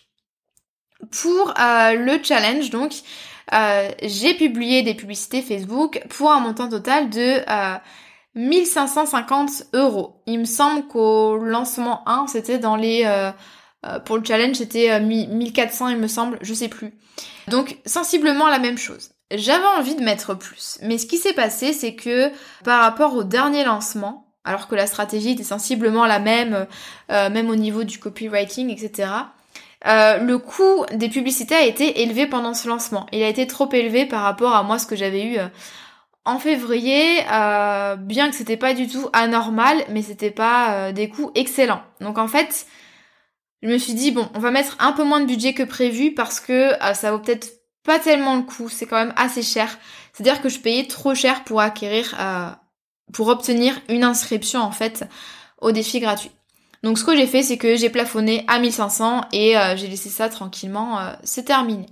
Pour euh, le challenge donc, euh, j'ai publié des publicités Facebook pour un montant total de euh, mille cinq cent cinquante euros. Il me semble qu'au lancement un, c'était dans les... Euh, euh, pour le challenge, c'était euh, mille quatre cents, il me semble, je sais plus. Donc, sensiblement la même chose. J'avais envie de mettre plus. Mais ce qui s'est passé, c'est que par rapport au dernier lancement, alors que la stratégie était sensiblement la même, euh, même au niveau du copywriting, et cetera, euh, le coût des publicités a été élevé pendant ce lancement. Il a été trop élevé par rapport à moi, ce que j'avais eu... Euh, En février, euh, bien que c'était pas du tout anormal, mais c'était pas euh, des coûts excellents. Donc en fait, je me suis dit bon, on va mettre un peu moins de budget que prévu parce que euh, ça vaut peut-être pas tellement le coup, c'est quand même assez cher. C'est-à-dire que je payais trop cher pour acquérir, euh, pour obtenir une inscription en fait au défi gratuit. Donc ce que j'ai fait, c'est que j'ai plafonné à mille cinq cents et euh, j'ai laissé ça tranquillement, euh, c'est terminé.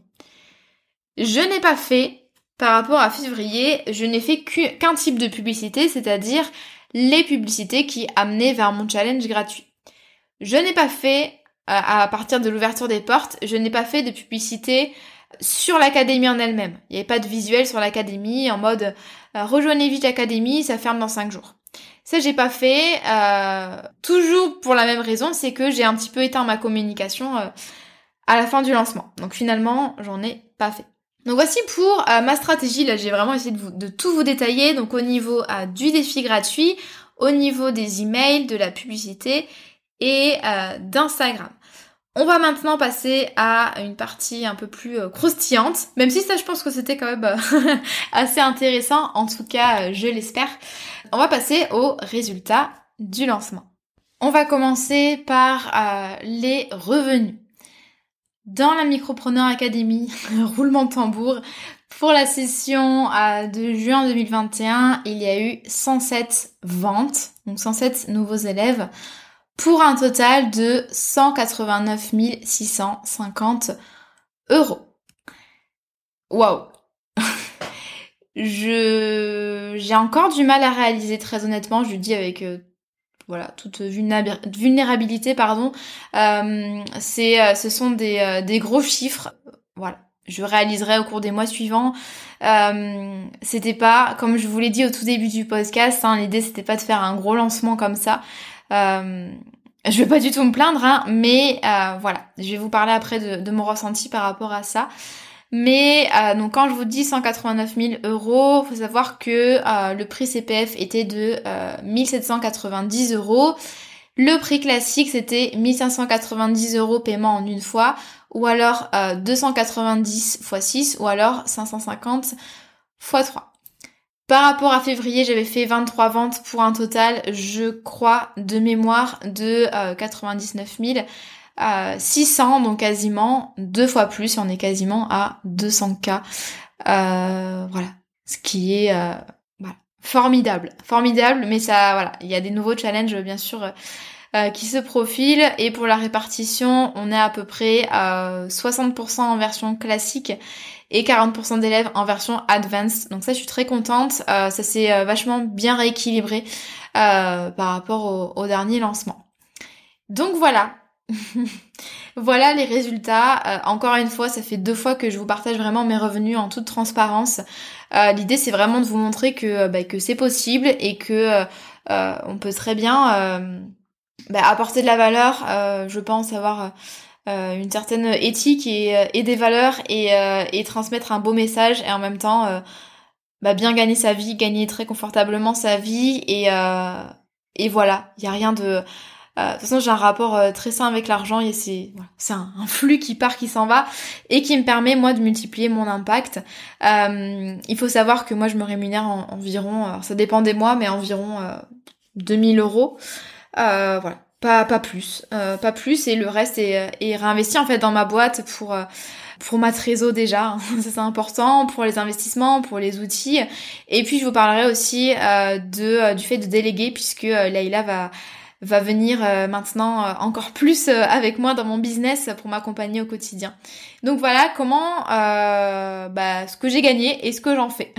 Je n'ai pas fait... Par rapport à février, je n'ai fait qu'un type de publicité, c'est-à-dire les publicités qui amenaient vers mon challenge gratuit. Je n'ai pas fait, à partir de l'ouverture des portes, je n'ai pas fait de publicité sur l'académie en elle-même. Il n'y avait pas de visuel sur l'académie en mode euh, rejoignez vite l'académie, ça ferme dans cinq jours. Ça j'ai pas fait, euh, toujours pour la même raison, c'est que j'ai un petit peu éteint ma communication euh, à la fin du lancement. Donc finalement, j'en ai pas fait. Donc voici pour euh, ma stratégie, là j'ai vraiment essayé de, vous, de tout vous détailler, donc au niveau euh, du défi gratuit, au niveau des emails, de la publicité et euh, d'Instagram. On va maintenant passer à une partie un peu plus euh, croustillante, même si ça je pense que c'était quand même euh, assez intéressant, en tout cas euh, je l'espère. On va passer aux résultats du lancement. On va commencer par euh, les revenus. Dans la Micropreneur Academy, roulement de tambour, pour la session euh, de juin deux mille vingt et un, il y a eu cent sept ventes, donc cent sept nouveaux élèves, pour un total de cent quatre-vingt-neuf mille six cent cinquante euros. Waouh. Je j'ai encore du mal à réaliser, très honnêtement, je le dis avec euh, voilà, toute vulnérabilité, pardon. Euh, c'est, euh, ce sont des, euh, des gros chiffres. Voilà, je réaliserai au cours des mois suivants. Euh, c'était pas, comme je vous l'ai dit au tout début du podcast, hein, l'idée c'était pas de faire un gros lancement comme ça. Euh, je vais pas du tout me plaindre, hein, mais euh, voilà, je vais vous parler après de, de mon ressenti par rapport à ça. Mais euh, donc quand je vous dis cent quatre-vingt-neuf mille euros, faut savoir que euh, le prix C P F était de euh, mille sept cent quatre-vingt-dix euros. Le prix classique c'était mille cinq cent quatre-vingt-dix euros paiement en une fois, ou alors euh, deux cent quatre-vingt-dix fois six, ou alors cinq cent cinquante fois trois. Par rapport à février, j'avais fait vingt-trois ventes pour un total, je crois, de mémoire de euh, quatre-vingt-dix-neuf mille. Euh, six cents, donc quasiment deux fois plus, on est quasiment à deux cents K. Euh, voilà, ce qui est... Euh, voilà. formidable, formidable, mais ça, voilà, il y a des nouveaux challenges bien sûr euh, qui se profilent, et pour la répartition, on est à peu près à soixante pour cent en version classique et quarante pour cent d'élèves en version advanced. Donc ça, je suis très contente, euh, ça s'est euh, vachement bien rééquilibré euh, par rapport au, au dernier lancement. Donc voilà. Voilà les résultats. Euh, encore une fois, ça fait deux fois que je vous partage vraiment mes revenus en toute transparence. Euh, l'idée, c'est vraiment de vous montrer que, bah, que c'est possible et que euh, on peut très bien euh, bah, apporter de la valeur. Euh, je pense avoir euh, une certaine éthique et, et des valeurs et, euh, et transmettre un beau message, et en même temps euh, bah, bien gagner sa vie, gagner très confortablement sa vie, et, euh, et voilà, il y a rien de... Euh, de toute façon, j'ai un rapport euh, très sain avec l'argent, et c'est voilà, c'est un, un flux qui part, qui s'en va, et qui me permet moi de multiplier mon impact. Euh, il faut savoir que moi je me rémunère en, environ, alors ça dépend des mois, mais environ euh, deux mille euros. Euh, voilà, pas pas plus, euh, pas plus, et le reste est, est réinvesti en fait dans ma boîte pour euh, pour ma trésor déjà, ça c'est important, pour les investissements, pour les outils. Et puis je vous parlerai aussi euh, de euh, du fait de déléguer, puisque euh, Leïla va va venir euh, maintenant euh, encore plus euh, avec moi dans mon business pour m'accompagner au quotidien. Donc voilà comment euh, bah, ce que j'ai gagné et ce que j'en fais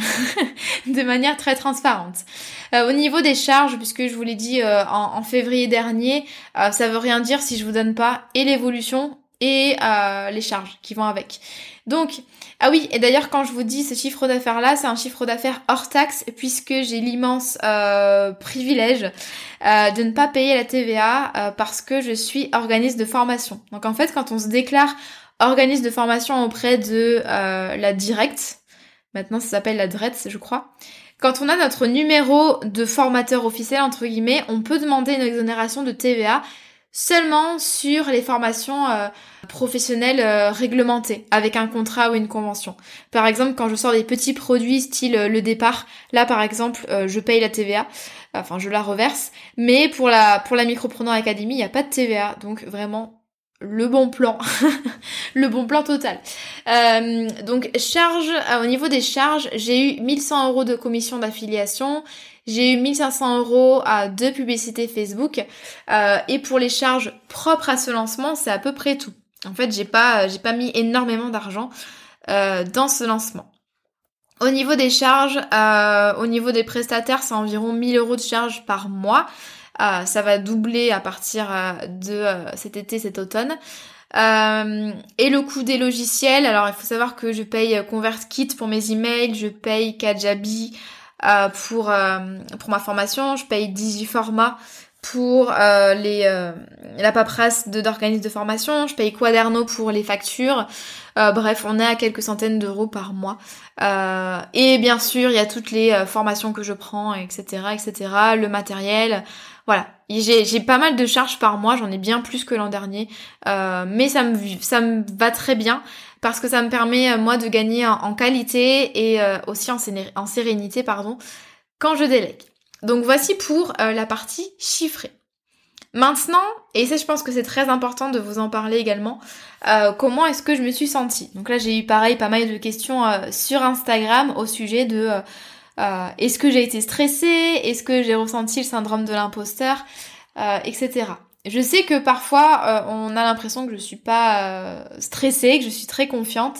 de manière très transparente. Euh, au niveau des charges, puisque je vous l'ai dit euh, en, en février dernier, euh, ça veut rien dire si je vous donne pas et l'évolution et euh, les charges qui vont avec. Donc, ah oui, et d'ailleurs quand je vous dis ce chiffre d'affaires là, c'est un chiffre d'affaires hors taxe, puisque j'ai l'immense euh, privilège euh, de ne pas payer la T V A euh, parce que je suis organisme de formation. Donc en fait, quand on se déclare organisme de formation auprès de euh, la Direct, maintenant ça s'appelle la D R E T S je crois, quand on a notre numéro de formateur officiel entre guillemets, on peut demander une exonération de T V A seulement sur les formations euh, professionnelles euh, réglementées, avec un contrat ou une convention. Par exemple, quand je sors des petits produits style euh, le départ, là par exemple, euh, je paye la T V A, enfin je la reverse, mais pour la pour la Micropreneur Academy, il n'y a pas de T V A, donc vraiment le bon plan, le bon plan total. Euh, donc charge, euh, au niveau des charges, j'ai eu mille cent euros de commission d'affiliation, j'ai eu mille cinq cents euros à deux publicités Facebook, euh, et pour les charges propres à ce lancement, c'est à peu près tout. En fait, j'ai pas, j'ai pas mis énormément d'argent euh, dans ce lancement. Au niveau des charges, euh, au niveau des prestataires, c'est environ mille euros de charges par mois. Euh, ça va doubler à partir euh, de euh, cet été, cet automne. Euh, et le coût des logiciels, alors il faut savoir que je paye ConvertKit pour mes emails, je paye Kajabi euh, pour euh, pour ma formation, je paye Digiforma pour euh, les euh, la paperasse de d'organismes de formation, je paye Quaderno pour les factures. Euh, bref, on est à quelques centaines d'euros par mois. Euh, et bien sûr, il y a toutes les euh, formations que je prends, et cetera, et cetera. Le matériel. Voilà, j'ai, j'ai pas mal de charges par mois, j'en ai bien plus que l'an dernier, euh, mais ça me, ça me va très bien parce que ça me permet moi de gagner en, en qualité et euh, aussi en, séné- en sérénité pardon, quand je délègue. Donc voici pour euh, la partie chiffrée. Maintenant, et ça je pense que c'est très important de vous en parler également, euh, comment est-ce que je me suis sentie. Donc là j'ai eu pareil pas mal de questions euh, sur Instagram au sujet de... Euh, Euh, est-ce que j'ai été stressée? Est-ce que j'ai ressenti le syndrome de l'imposteur? euh, et cetera. Je sais que parfois euh, on a l'impression que je suis pas euh, stressée, que je suis très confiante.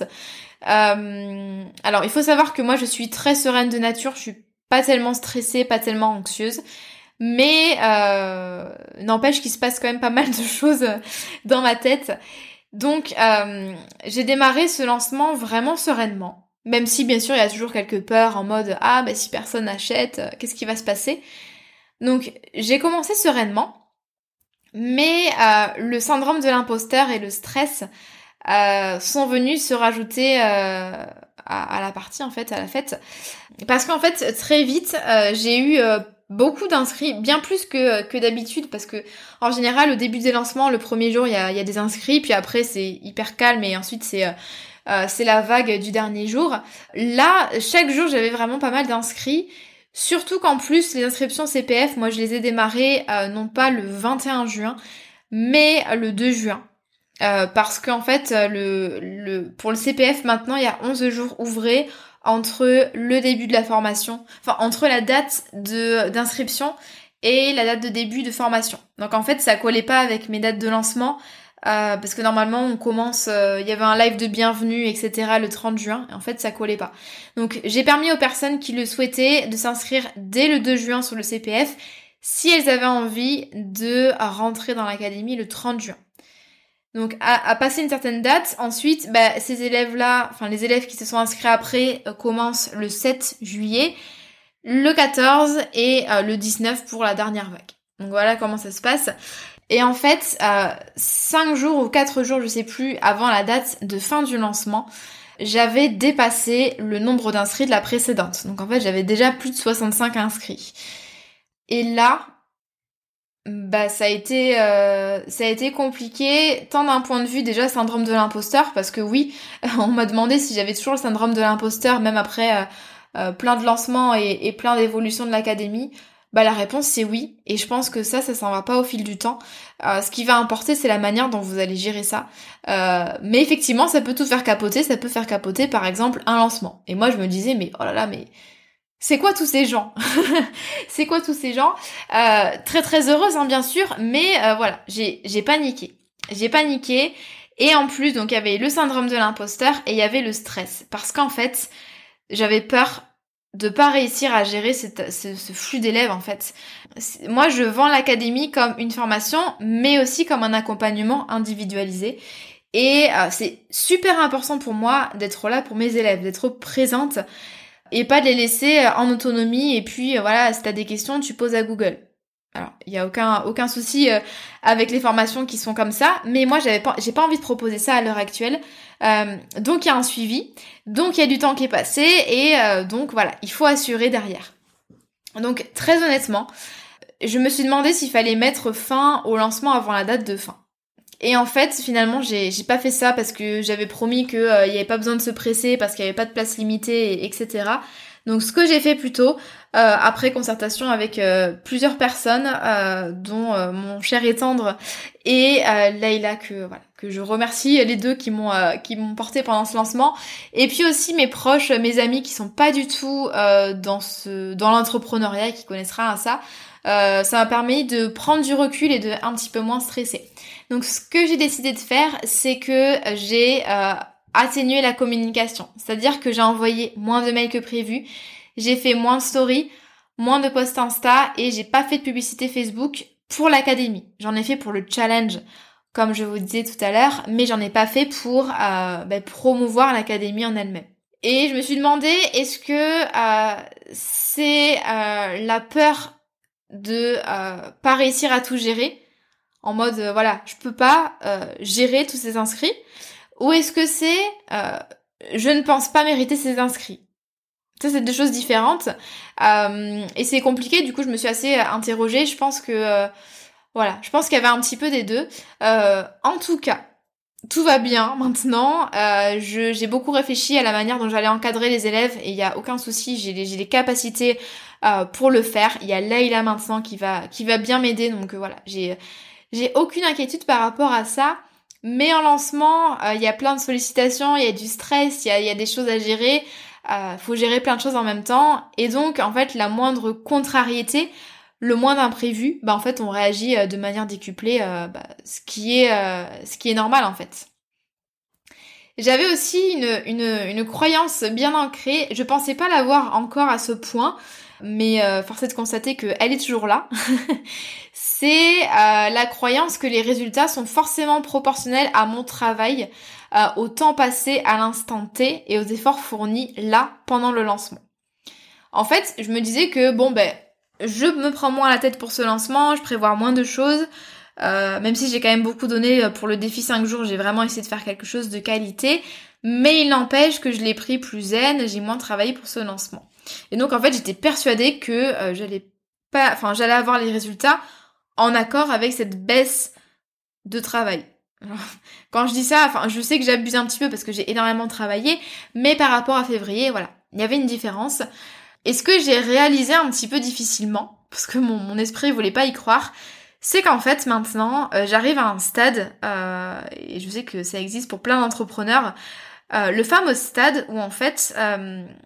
Euh, alors il faut savoir que moi je suis très sereine de nature, je suis pas tellement stressée, pas tellement anxieuse. Mais euh, n'empêche qu'il se passe quand même pas mal de choses dans ma tête. Donc euh, j'ai démarré ce lancement vraiment sereinement. Même si bien sûr il y a toujours quelques peurs en mode ah bah si personne n'achète, euh, qu'est-ce qui va se passer? Donc j'ai commencé sereinement, mais euh, le syndrome de l'imposteur et le stress euh, sont venus se rajouter euh, à, à la partie en fait, à la fête. Parce qu'en fait très vite euh, j'ai eu euh, beaucoup d'inscrits, bien plus que, que d'habitude, parce que en général au début des lancements, le premier jour il y a, il y a des inscrits, puis après c'est hyper calme et ensuite c'est... Euh, Euh, c'est la vague du dernier jour. Là, chaque jour, j'avais vraiment pas mal d'inscrits. Surtout qu'en plus, les inscriptions C P F, moi, je les ai démarrées euh, non pas le vingt et un juin, mais le deux juin. Euh, parce qu'en fait, le, le, pour le C P F, maintenant, il y a onze jours ouvrés entre le début de la formation, enfin entre la date de d'inscription et la date de début de formation. Donc en fait, ça collait pas avec mes dates de lancement, euh, parce que normalement on commence, euh, il y avait un live de bienvenue, et cetera le trente juin, et en fait ça collait pas. Donc j'ai permis aux personnes qui le souhaitaient de s'inscrire dès le deux juin sur le C P F, si elles avaient envie de rentrer dans l'académie le trente juin. Donc à, à passer une certaine date, ensuite, bah, ces élèves-là, enfin les élèves qui se sont inscrits après, euh, commencent le sept juillet, le quatorze et euh, le dix-neuf pour la dernière vague. Donc voilà comment ça se passe. Et en fait, euh, cinq jours ou quatre jours, je sais plus, avant la date de fin du lancement, j'avais dépassé le nombre d'inscrits de la précédente. Donc en fait, j'avais déjà plus de soixante-cinq inscrits. Et là, bah ça a été euh, ça a été compliqué, tant d'un point de vue déjà syndrome de l'imposteur, parce que oui, on m'a demandé si j'avais toujours le syndrome de l'imposteur, même après euh, euh, plein de lancements et, et plein d'évolutions de l'académie. Bah la réponse c'est oui, et je pense que ça, ça s'en va pas au fil du temps. Euh, ce qui va importer, c'est la manière dont vous allez gérer ça. Euh, mais effectivement, ça peut tout faire capoter, ça peut faire capoter par exemple un lancement. Et moi je me disais, mais oh là là, mais c'est quoi tous ces gens? C'est quoi tous ces gens? euh, Très très heureuse hein, bien sûr, mais euh, voilà, j'ai j'ai paniqué. J'ai paniqué, et en plus, donc il y avait le syndrome de l'imposteur et il y avait le stress. Parce qu'en fait, j'avais peur de pas réussir à gérer cette, ce, ce flux d'élèves en fait. Moi je vends l'académie comme une formation, mais aussi comme un accompagnement individualisé. Et euh, c'est super important pour moi d'être là pour mes élèves, d'être présente, et pas de les laisser en autonomie, et puis euh, voilà, si t'as des questions, tu poses à Google. Alors, il y a aucun aucun souci euh, avec les formations qui sont comme ça, mais moi j'avais pas j'ai pas envie de proposer ça à l'heure actuelle. Euh, donc il y a un suivi, donc il y a du temps qui est passé, et euh, donc voilà, il faut assurer derrière. Donc très honnêtement, je me suis demandé s'il fallait mettre fin au lancement avant la date de fin. Et en fait, finalement, j'ai, j'ai pas fait ça parce que j'avais promis qu'il euh, y avait pas besoin de se presser, parce qu'il y avait pas de place limitée, et, etc. Donc ce que j'ai fait plutôt, euh, après concertation avec euh, plusieurs personnes, euh, dont euh, mon cher et tendre et euh, Leïla, que voilà, que je remercie, les deux qui m'ont euh, qui m'ont porté pendant ce lancement, et puis aussi mes proches, mes amis qui sont pas du tout euh, dans ce dans l'entrepreneuriat et qui connaissent rien à ça. Euh, ça m'a permis de prendre du recul et de un petit peu moins stresser. Donc ce que j'ai décidé de faire, c'est que j'ai euh, atténué la communication. C'est-à-dire que j'ai envoyé moins de mails que prévu, j'ai fait moins de stories, moins de posts Insta, et j'ai pas fait de publicité Facebook pour l'académie. J'en ai fait pour le challenge, comme je vous disais tout à l'heure, mais j'en ai pas fait pour euh, bah, promouvoir l'académie en elle-même. Et je me suis demandé, est-ce que euh, c'est euh, la peur de euh, pas réussir à tout gérer, en mode euh, voilà, je peux pas euh, gérer tous ces inscrits, ou est-ce que c'est euh, je ne pense pas mériter ces inscrits. Ça, c'est deux choses différentes, euh, et c'est compliqué. Du coup, je me suis assez interrogée. Je pense que euh, voilà, je pense qu'il y avait un petit peu des deux. Euh, en tout cas, tout va bien maintenant. Euh, je, j'ai beaucoup réfléchi à la manière dont j'allais encadrer les élèves, et il y a aucun souci, j'ai les, j'ai les capacités euh, pour le faire. Il y a Leïla maintenant qui va qui va bien m'aider, donc euh, voilà, j'ai j'ai aucune inquiétude par rapport à ça. Mais en lancement, euh, il y a plein de sollicitations, il y a du stress, il y a, il y a des choses à gérer. Euh, faut gérer plein de choses en même temps, et donc en fait la moindre contrariété, le moindre imprévu, bah en fait on réagit de manière décuplée, euh, bah, ce qui est euh, ce qui est normal en fait. J'avais aussi une, une, une croyance bien ancrée, je pensais pas l'avoir encore à ce point, mais euh, force est de constater qu'elle est toujours là. C'est euh, la croyance que les résultats sont forcément proportionnels à mon travail, euh, au temps passé à l'instant T et aux efforts fournis là pendant le lancement. En fait, je me disais que bon ben, je me prends moins la tête pour ce lancement, je prévois moins de choses, euh, même si j'ai quand même beaucoup donné pour le défi cinq jours, j'ai vraiment essayé de faire quelque chose de qualité, mais il n'empêche que je l'ai pris plus zen, j'ai moins travaillé pour ce lancement. Et donc en fait, j'étais persuadée que euh, j'allais pas, enfin j'allais avoir les résultats en accord avec cette baisse de travail. Alors, quand je dis ça, enfin je sais que j'abuse un petit peu parce que j'ai énormément travaillé, mais par rapport à février, voilà, il y avait une différence. Et ce que j'ai réalisé un petit peu difficilement, parce que mon, mon esprit voulait pas y croire, c'est qu'en fait maintenant, euh, j'arrive à un stade, euh, et je sais que ça existe pour plein d'entrepreneurs, euh, le fameux stade où en fait, euh,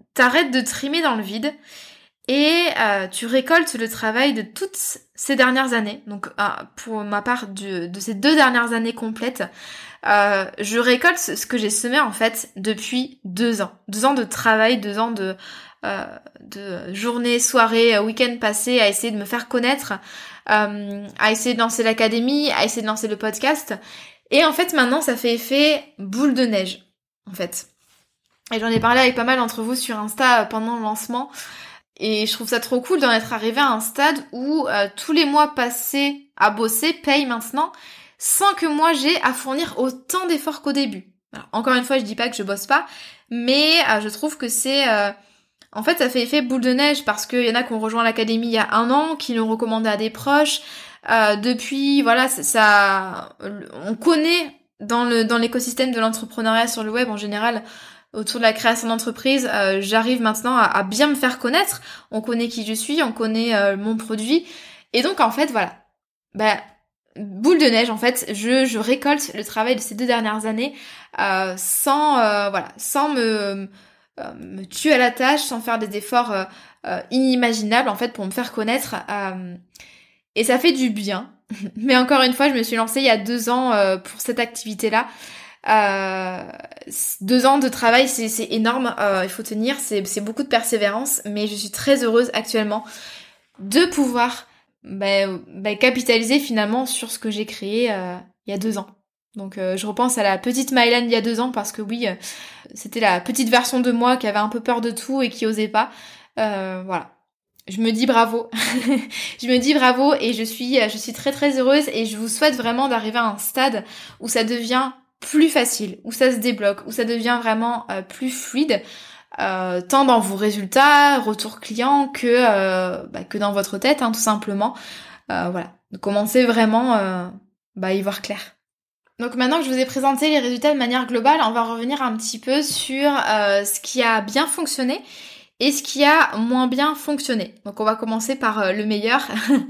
t'arrêtes de trimer dans le vide et euh, tu récoltes le travail de toutes ces dernières années. Donc euh, pour ma part de, de ces deux dernières années complètes, euh, je récolte ce que j'ai semé en fait depuis deux ans. Deux ans de travail, deux ans de, euh, de journées, soirées, week-ends passés à essayer de me faire connaître, euh, à essayer de lancer l'académie, à essayer de lancer le podcast. Et en fait maintenant ça fait effet boule de neige en fait. Et j'en ai parlé avec pas mal d'entre vous sur Insta pendant le lancement. Et je trouve ça trop cool d'en être arrivé à un stade où euh, tous les mois passés à bosser payent maintenant sans que moi j'ai à fournir autant d'efforts qu'au début. Alors, encore une fois, je dis pas que je bosse pas, mais euh, je trouve que c'est... Euh, en fait, ça fait effet boule de neige parce qu'il y en a qui ont rejoint l'académie il y a un an, qui l'ont recommandé à des proches. Euh, depuis, voilà, ça, ça... On connaît dans le dans l'écosystème de l'entrepreneuriat sur le web en général... Autour de la création d'entreprise, euh, j'arrive maintenant à, à bien me faire connaître. On connaît qui je suis, on connaît euh, mon produit. Et donc, en fait, voilà. Bah, boule de neige, en fait, je, je récolte le travail de ces deux dernières années euh, sans, euh, voilà, sans me, euh, me tuer à la tâche, sans faire des efforts euh, euh, inimaginables, en fait, pour me faire connaître. Euh, et ça fait du bien. Mais encore une fois, je me suis lancée il y a deux ans euh, pour cette activité-là. Euh, deux ans de travail, c'est, c'est énorme, euh, il faut tenir, c'est, c'est beaucoup de persévérance, mais je suis très heureuse actuellement de pouvoir bah, bah, capitaliser finalement sur ce que j'ai créé euh, il y a deux ans. Donc euh, je repense à la petite Mylan il y a deux ans parce que oui, euh, c'était la petite version de moi qui avait un peu peur de tout et qui osait pas. Euh, voilà. Je me dis bravo. je me dis bravo et je suis, je suis très très heureuse et je vous souhaite vraiment d'arriver à un stade où ça devient plus facile, où ça se débloque, où ça devient vraiment euh, plus fluide, euh, tant dans vos résultats, retours clients, que euh, bah, que dans votre tête, hein, tout simplement. Euh, voilà, de commencer vraiment euh, bah, à y voir clair. Donc maintenant que je vous ai présenté les résultats de manière globale, on va revenir un petit peu sur euh, ce qui a bien fonctionné et ce qui a moins bien fonctionné. Donc on va commencer par euh, le meilleur.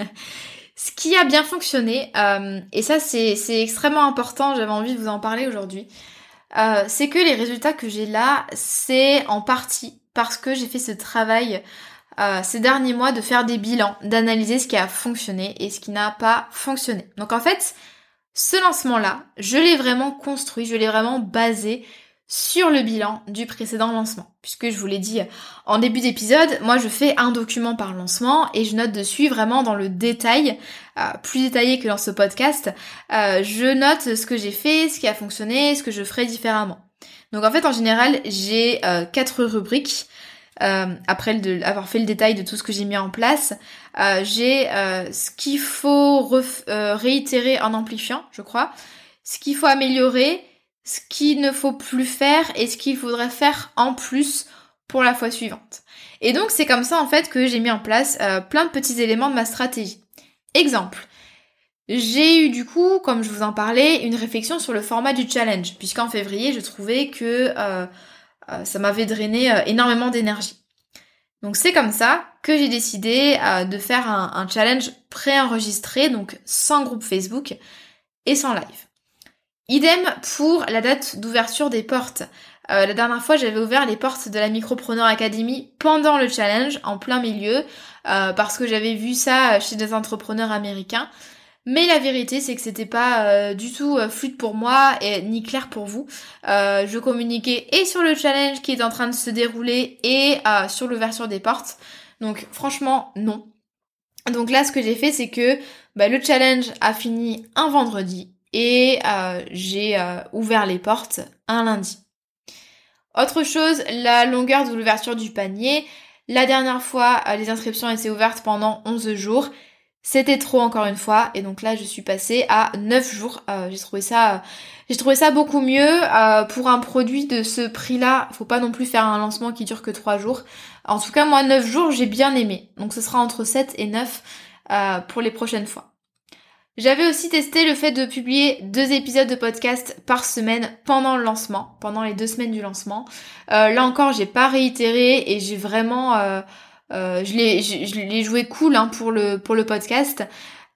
Ce qui a bien fonctionné, euh, et ça c'est, c'est extrêmement important, j'avais envie de vous en parler aujourd'hui, euh, c'est que les résultats que j'ai là, c'est en partie parce que j'ai fait ce travail euh, ces derniers mois de faire des bilans, d'analyser ce qui a fonctionné et ce qui n'a pas fonctionné. Donc en fait, ce lancement-là, je l'ai vraiment construit, je l'ai vraiment basé sur le bilan du précédent lancement. Puisque je vous l'ai dit en début d'épisode, moi je fais un document par lancement et je note dessus vraiment dans le détail, euh, plus détaillé que dans ce podcast, euh, je note ce que j'ai fait, ce qui a fonctionné, ce que je ferai différemment. Donc en fait en général j'ai euh, quatre rubriques. Euh, après le, de, avoir fait le détail de tout ce que j'ai mis en place, euh, j'ai euh, ce qu'il faut ref, euh, réitérer en amplifiant, je crois, ce qu'il faut améliorer, ce qu'il ne faut plus faire et ce qu'il faudrait faire en plus pour la fois suivante. Et donc c'est comme ça en fait que j'ai mis en place euh, plein de petits éléments de ma stratégie. Exemple, j'ai eu du coup, comme je vous en parlais, une réflexion sur le format du challenge, puisqu'en février je trouvais que euh, euh, ça m'avait drainé euh, énormément d'énergie. Donc c'est comme ça que j'ai décidé euh, de faire un, un challenge préenregistré, donc sans groupe Facebook et sans live. Idem pour la date d'ouverture des portes. Euh, la dernière fois, j'avais ouvert les portes de la Micropreneur Academy pendant le challenge, en plein milieu, euh, parce que j'avais vu ça chez des entrepreneurs américains. Mais la vérité, c'est que c'était pas euh, du tout euh, fluide pour moi et ni clair pour vous. Euh, je communiquais et sur le challenge qui est en train de se dérouler et euh, sur l'ouverture des portes. Donc franchement, non. Donc là, ce que j'ai fait, c'est que bah, le challenge a fini un vendredi et euh, j'ai euh, ouvert les portes un lundi. Autre chose, la longueur de l'ouverture du panier. La dernière fois, euh, les inscriptions étaient ouvertes pendant onze jours. C'était trop encore une fois, et donc là je suis passée à neuf jours. Euh, j'ai trouvé ça, euh, j'ai trouvé ça beaucoup mieux euh, pour un produit de ce prix-là. Faut pas non plus faire un lancement qui dure que trois jours. En tout cas, moi neuf jours j'ai bien aimé. Donc ce sera entre sept et neuf euh, pour les prochaines fois. J'avais aussi testé le fait de publier deux épisodes de podcast par semaine pendant le lancement, pendant les deux semaines du lancement. Euh, là encore, j'ai pas réitéré et j'ai vraiment, euh, euh, je l'ai, je, je l'ai joué cool hein, pour le pour le podcast.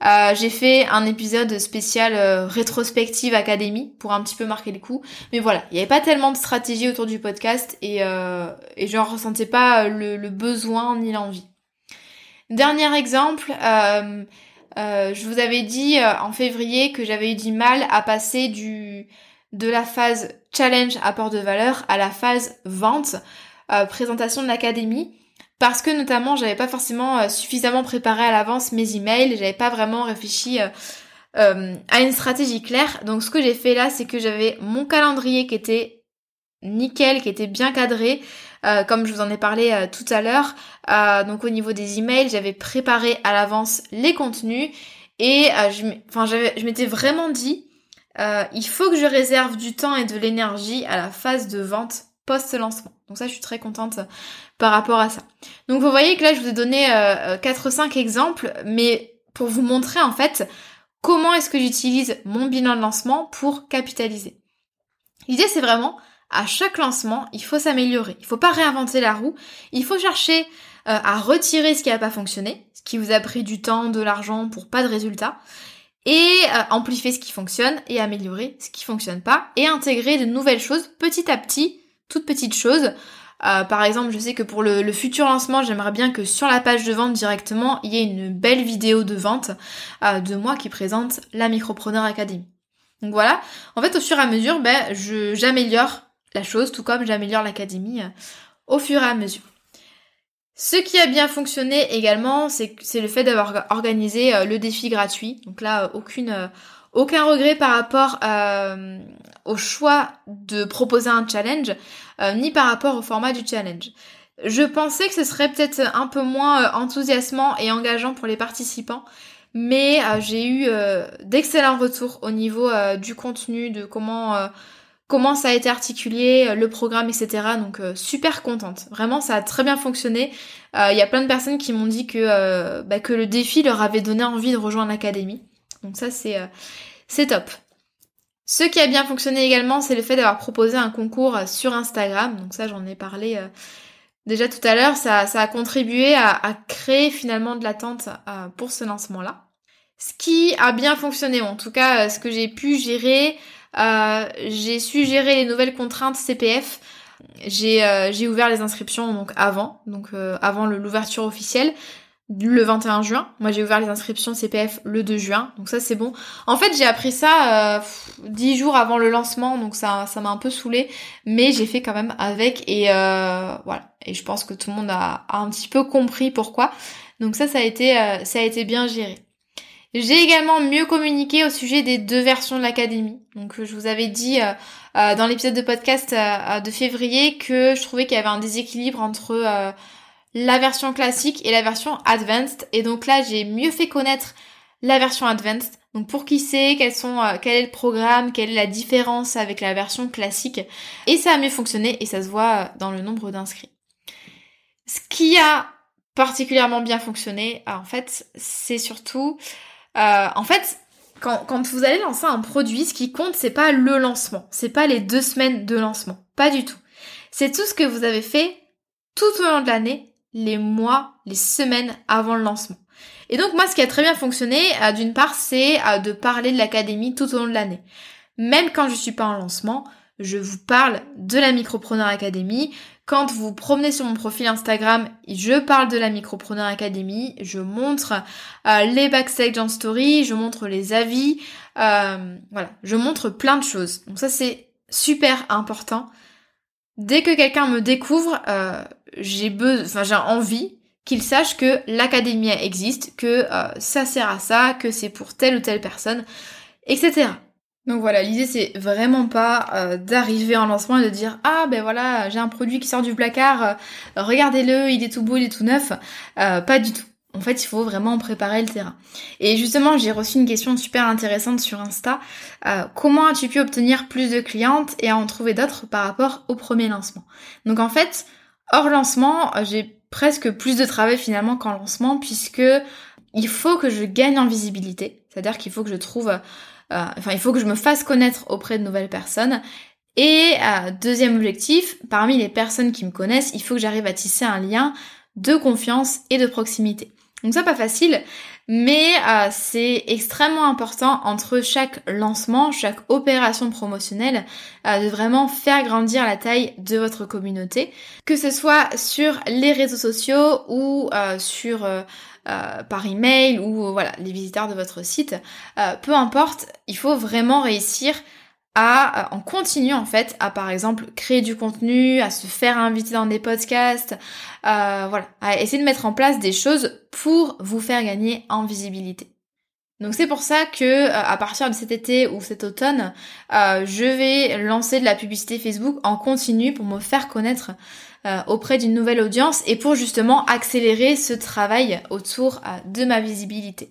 Euh, j'ai fait un épisode spécial euh, rétrospective académie pour un petit peu marquer le coup. Mais voilà, il n'y avait pas tellement de stratégie autour du podcast et, euh, et je ne ressentais pas le, le besoin ni l'envie. Dernier exemple, euh, euh, je vous avais dit euh, en février que j'avais eu du mal à passer du de la phase challenge apport de valeur à la phase vente, euh, présentation de l'académie. Parce que notamment, j'avais pas forcément euh, suffisamment préparé à l'avance mes emails, j'avais pas vraiment réfléchi euh, euh, à une stratégie claire. Donc ce que j'ai fait là, c'est que j'avais mon calendrier qui était nickel, qui était bien cadré, euh, comme je vous en ai parlé euh, tout à l'heure. Euh, donc au niveau des emails, j'avais préparé à l'avance les contenus et euh, je, enfin, j'avais, je m'étais vraiment dit, euh, il faut que je réserve du temps et de l'énergie à la phase de vente post-lancement. Donc ça, je suis très contente par rapport à ça. Donc vous voyez que là, je vous ai donné euh, quatre ou cinq exemples, mais pour vous montrer en fait comment est-ce que j'utilise mon bilan de lancement pour capitaliser. L'idée, c'est vraiment, à chaque lancement, il faut s'améliorer. Il faut pas réinventer la roue. Il faut chercher euh, à retirer ce qui n'a pas fonctionné, ce qui vous a pris du temps, de l'argent pour pas de résultat, et euh, amplifier ce qui fonctionne et améliorer ce qui fonctionne pas, et intégrer de nouvelles choses petit à petit, toutes petites choses. Euh, par exemple, je sais que pour le, le futur lancement, j'aimerais bien que sur la page de vente directement, il y ait une belle vidéo de vente euh, de moi qui présente la Micropreneur Academy. Donc voilà, en fait au fur et à mesure, ben, je, j'améliore la chose, tout comme j'améliore l'académie euh, au fur et à mesure. Ce qui a bien fonctionné également, c'est, c'est le fait d'avoir organisé euh, le défi gratuit. Donc là, aucune... Euh, Aucun regret par rapport euh, au choix de proposer un challenge, euh, ni par rapport au format du challenge. Je pensais que ce serait peut-être un peu moins euh, enthousiasmant et engageant pour les participants, mais euh, j'ai eu euh, d'excellents retours au niveau euh, du contenu, de comment euh, comment ça a été articulé, euh, le programme, et cetera. Donc euh, super contente. Vraiment, ça a très bien fonctionné. Il euh, y a plein de personnes qui m'ont dit que euh, bah, que le défi leur avait donné envie de rejoindre l'académie. Donc ça, c'est, euh, c'est top. Ce qui a bien fonctionné également, c'est le fait d'avoir proposé un concours sur Instagram. Donc ça, j'en ai parlé euh, déjà tout à l'heure. Ça, ça a contribué à, à créer finalement de l'attente euh, pour ce lancement-là. Ce qui a bien fonctionné, en tout cas, euh, ce que j'ai pu gérer, euh, j'ai su gérer les nouvelles contraintes C P F. J'ai, euh, j'ai ouvert les inscriptions donc avant, donc euh, avant le, l'ouverture officielle. Le vingt et un juin. Moi, j'ai ouvert les inscriptions C P F le deux juin. Donc ça, c'est bon. En fait, j'ai appris ça euh, dix jours avant le lancement. Donc ça ça m'a un peu saoulée. Mais j'ai fait quand même avec. Et euh, voilà. Et je pense que tout le monde a, a un petit peu compris pourquoi. Donc ça, ça a été, euh, ça a été bien géré. J'ai également mieux communiqué au sujet des deux versions de l'académie. Donc je vous avais dit euh, euh, dans l'épisode de podcast euh, de février que je trouvais qu'il y avait un déséquilibre entre... Euh, la version classique et la version advanced. Et donc là, j'ai mieux fait connaître la version advanced. Donc pour qui sait, quels sont, euh, quel est le programme, quelle est la différence avec la version classique. Et ça a mieux fonctionné et ça se voit dans le nombre d'inscrits. Ce qui a particulièrement bien fonctionné, en fait, c'est surtout... Euh, en fait, quand, quand vous allez lancer un produit, ce qui compte, c'est pas le lancement. C'est pas les deux semaines de lancement. Pas du tout. C'est tout ce que vous avez fait tout au long de l'année, les mois, les semaines avant le lancement. Et donc moi, ce qui a très bien fonctionné, euh, d'une part, c'est euh, de parler de l'académie tout au long de l'année. Même quand je suis pas en lancement, je vous parle de la Micropreneur Academy. Quand vous vous promenez sur mon profil Instagram, je parle de la Micropreneur Academy. Je montre euh, les backstage en story, je montre les avis. Euh, voilà, je montre plein de choses. Donc ça, c'est super important. Dès que quelqu'un me découvre, euh, j'ai besoin, enfin j'ai envie qu'il sache que l'académie existe, que euh, ça sert à ça, que c'est pour telle ou telle personne, et cetera. Donc voilà, l'idée c'est vraiment pas euh, d'arriver en lancement et de dire ah ben voilà j'ai un produit qui sort du placard, euh, regardez-le, il est tout beau, il est tout neuf. Euh, pas du tout. En fait, il faut vraiment préparer le terrain. Et justement, j'ai reçu une question super intéressante sur Insta. Euh, comment as-tu pu obtenir plus de clientes et en trouver d'autres par rapport au premier lancement? Donc en fait, hors lancement, j'ai presque plus de travail finalement qu'en lancement puisque il faut que je gagne en visibilité. C'est-à-dire qu'il faut que je trouve... Euh, enfin, il faut que je me fasse connaître auprès de nouvelles personnes. Et euh, deuxième objectif, parmi les personnes qui me connaissent, il faut que j'arrive à tisser un lien de confiance et de proximité. Donc ça, pas facile, mais euh, c'est extrêmement important entre chaque lancement, chaque opération promotionnelle, euh, de vraiment faire grandir la taille de votre communauté, que ce soit sur les réseaux sociaux ou euh, sur euh, euh, par email ou euh, voilà les visiteurs de votre site. Euh, peu importe, il faut vraiment réussir à, en continu en fait, à par exemple créer du contenu, à se faire inviter dans des podcasts, euh, voilà, à essayer de mettre en place des choses pour vous faire gagner en visibilité. Donc c'est pour ça que euh, à partir de cet été ou cet automne, euh, je vais lancer de la publicité Facebook en continu pour me faire connaître euh, auprès d'une nouvelle audience et pour justement accélérer ce travail autour euh, de ma visibilité.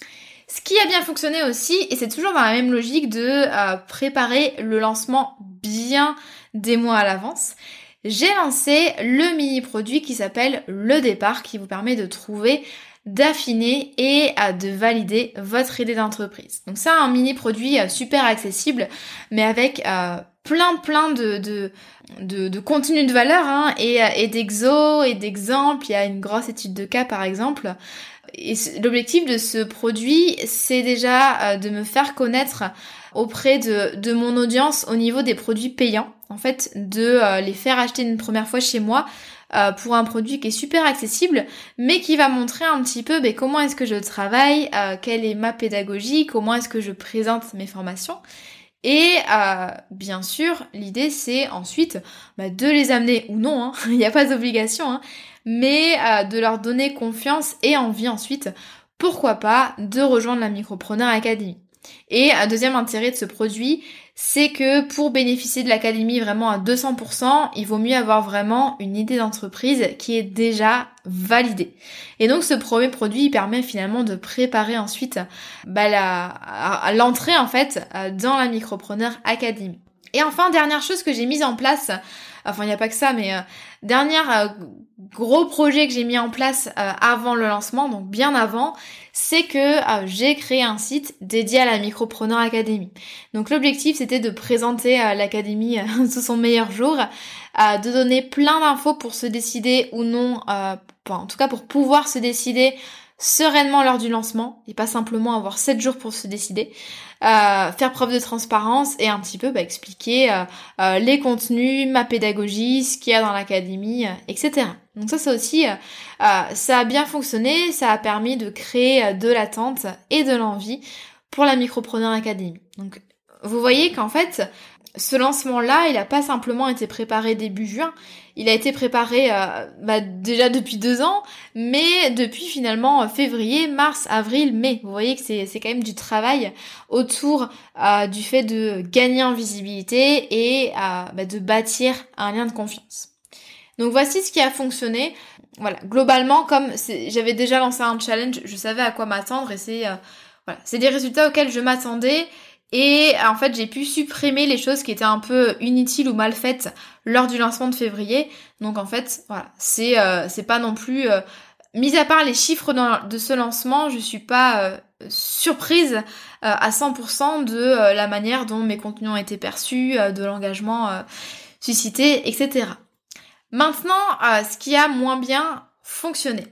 Ce qui a bien fonctionné aussi, et c'est toujours dans la même logique de euh, préparer le lancement bien des mois à l'avance, j'ai lancé le mini-produit qui s'appelle Le Départ, qui vous permet de trouver, d'affiner et euh, de valider votre idée d'entreprise. Donc c'est un mini-produit euh, super accessible, mais avec euh, plein plein de, de, de, de contenu de valeur hein, et, et d'exos et d'exemples. Il y a une grosse étude de cas par exemple. Et l'objectif de ce produit, c'est déjà euh, de me faire connaître auprès de, de mon audience au niveau des produits payants. En fait, de euh, les faire acheter une première fois chez moi euh, pour un produit qui est super accessible, mais qui va montrer un petit peu ben, comment est-ce que je travaille, euh, quelle est ma pédagogie, comment est-ce que je présente mes formations. Et euh, bien sûr, l'idée c'est ensuite bah, de les amener, ou non, hein, il n'y a pas d'obligation, hein, mais euh, de leur donner confiance et envie ensuite, pourquoi pas, de rejoindre la Micropreneur Academy. Et un deuxième intérêt de ce produit, c'est que pour bénéficier de l'académie vraiment à deux cents pour cent, il vaut mieux avoir vraiment une idée d'entreprise qui est déjà validée. Et donc ce premier produit, il permet finalement de préparer ensuite bah, la, à, à l'entrée en fait dans la Micropreneur Academy. Et enfin, dernière chose que j'ai mise en place, enfin il n'y a pas que ça, mais euh, dernier euh, gros projet que j'ai mis en place euh, avant le lancement, donc bien avant, c'est que euh, j'ai créé un site dédié à la Micropreneur Academy. Donc l'objectif c'était de présenter euh, l'académie euh, sous son meilleur jour, euh, de donner plein d'infos pour se décider ou non, euh, enfin, en tout cas pour pouvoir se décider sereinement lors du lancement et pas simplement avoir sept jours pour se décider, euh, faire preuve de transparence et un petit peu bah, expliquer euh, euh, les contenus, ma pédagogie, ce qu'il y a dans l'académie, euh, et cetera. Donc ça c'est aussi, euh, euh, ça a bien fonctionné, ça a permis de créer euh, de l'attente et de l'envie pour la Micropreneur Academy. Donc vous voyez qu'en fait, ce lancement-là, il n'a pas simplement été préparé début juin, il a été préparé euh, bah, déjà depuis deux ans, mais depuis finalement février, mars, avril, mai. Vous voyez que c'est, c'est quand même du travail autour euh, du fait de gagner en visibilité et euh, bah, de bâtir un lien de confiance. Donc voici ce qui a fonctionné. Voilà, globalement, comme c'est, j'avais déjà lancé un challenge, je savais à quoi m'attendre et c'est euh, voilà, c'est des résultats auxquels je m'attendais. Et en fait, j'ai pu supprimer les choses qui étaient un peu inutiles ou mal faites lors du lancement de février. Donc en fait, voilà, c'est euh, c'est pas non plus... Euh, mis à part les chiffres dans, de ce lancement, je suis pas euh, surprise euh, à cent pour cent de euh, la manière dont mes contenus ont été perçus, euh, de l'engagement euh, suscité, et cetera. Maintenant, euh, ce qui a moins bien fonctionné.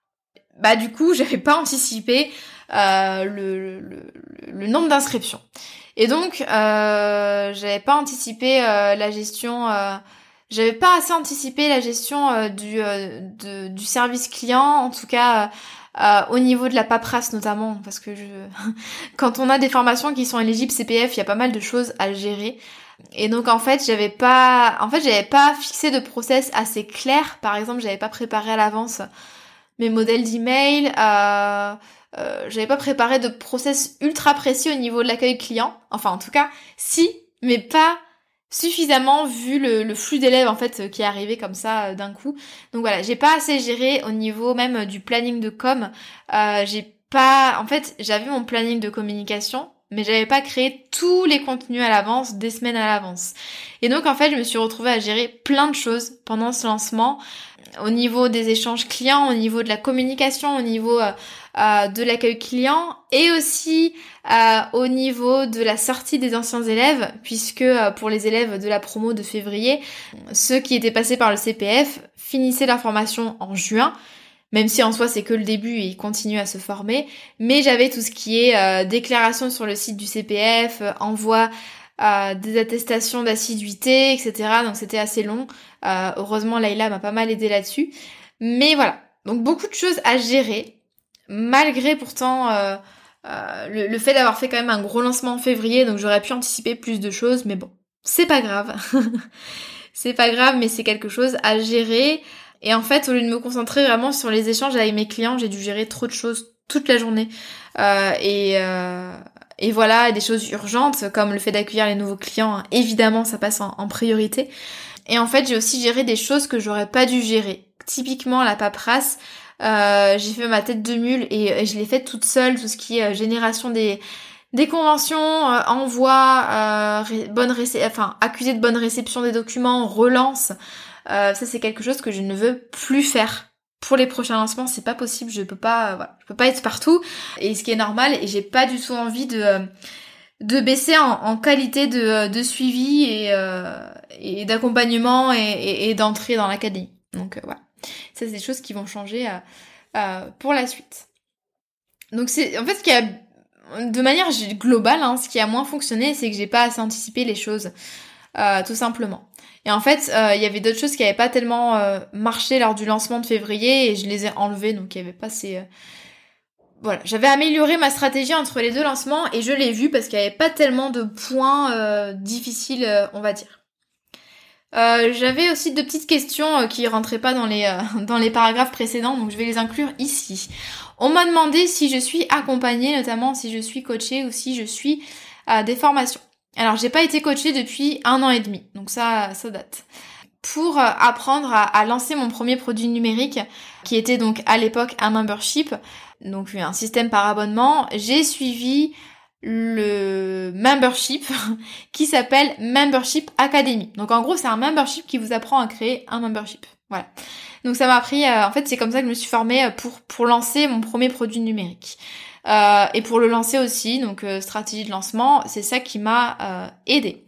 Bah du coup, j'avais pas anticipé Euh, le, le, le nombre d'inscriptions. Et donc, euh, j'avais pas anticipé euh, la gestion, euh, j'avais pas assez anticipé la gestion euh, du, euh, de, du service client, en tout cas euh, au niveau de la paperasse notamment, parce que je, quand on a des formations qui sont éligibles C P F, il y a pas mal de choses à gérer. Et donc en fait, j'avais pas, en fait, j'avais pas fixé de process assez clair. Par exemple, j'avais pas préparé à l'avance mes modèles d'email. Euh, Euh, j'avais pas préparé de process ultra précis au niveau de l'accueil client. Enfin, en tout cas, si, mais pas suffisamment vu le, le flux d'élèves en fait qui est arrivé comme ça euh, d'un coup. Donc voilà, j'ai pas assez géré au niveau même du planning de com. Euh, j'ai pas, en fait, j'avais mon planning de communication, mais j'avais pas créé tous les contenus à l'avance, des semaines à l'avance. Et donc en fait, je me suis retrouvée à gérer plein de choses pendant ce lancement, au niveau des échanges clients, au niveau de la communication, au niveau euh, euh, de l'accueil client et aussi euh, au niveau de la sortie des anciens élèves, puisque euh, pour les élèves de la promo de février, ceux qui étaient passés par le C P F finissaient leur formation en juin, même si en soi c'est que le début et il continue à se former. Mais j'avais tout ce qui est euh, déclaration sur le site du C P F, euh, envoi euh, des attestations d'assiduité, et cetera. Donc c'était assez long. Euh, heureusement, Layla m'a pas mal aidé là-dessus. Mais voilà, donc beaucoup de choses à gérer, malgré pourtant euh, euh, le, le fait d'avoir fait quand même un gros lancement en février, donc j'aurais pu anticiper plus de choses, mais bon, c'est pas grave. C'est pas grave, mais c'est quelque chose à gérer. Et en fait, au lieu de me concentrer vraiment sur les échanges avec mes clients, j'ai dû gérer trop de choses toute la journée. Euh, et, euh, et voilà, des choses urgentes, comme le fait d'accueillir les nouveaux clients, hein, évidemment, ça passe en, en priorité. Et en fait, j'ai aussi géré des choses que j'aurais pas dû gérer. Typiquement, la paperasse, euh, j'ai fait ma tête de mule et, et je l'ai faite toute seule, tout ce qui est euh, génération des... Des conventions, euh, envoi, euh, ré- bonne réce- enfin accusé de bonne réception des documents, relance, euh, ça c'est quelque chose que je ne veux plus faire. Pour les prochains lancements, c'est pas possible, je peux pas, euh, voilà, je peux pas être partout, et ce qui est normal, et j'ai pas du tout envie de euh, de baisser en, en qualité de, de suivi et, euh, et d'accompagnement et, et, et d'entrée dans l'académie. Donc euh, voilà, ça c'est des choses qui vont changer euh, euh, pour la suite. Donc c'est en fait ce qui a de manière globale, hein, ce qui a moins fonctionné, c'est que j'ai pas assez anticipé les choses, euh, tout simplement. Et en fait, il euh, y avait d'autres choses qui avaient pas tellement euh, marché lors du lancement de février et je les ai enlevées, donc il y avait pas ces... Euh... Voilà, j'avais amélioré ma stratégie entre les deux lancements et je l'ai vu parce qu'il y avait pas tellement de points euh, difficiles, euh, on va dire. Euh, j'avais aussi deux petites questions euh, qui rentraient pas dans les euh, dans les paragraphes précédents, donc je vais les inclure ici. On m'a demandé si je suis accompagnée, notamment si je suis coachée ou si je suis à des formations. Alors j'ai pas été coachée depuis un an et demi, donc ça ça date. Pour euh, apprendre à, à lancer mon premier produit numérique, qui était donc à l'époque un membership, donc un système par abonnement, j'ai suivi le membership qui s'appelle Membership Academy. Donc en gros, c'est un membership qui vous apprend à créer un membership. Voilà. Donc ça m'a pris, euh, en fait, c'est comme ça que je me suis formée pour pour lancer mon premier produit numérique. Euh, et pour le lancer aussi, donc euh, stratégie de lancement, c'est ça qui m'a euh, aidée.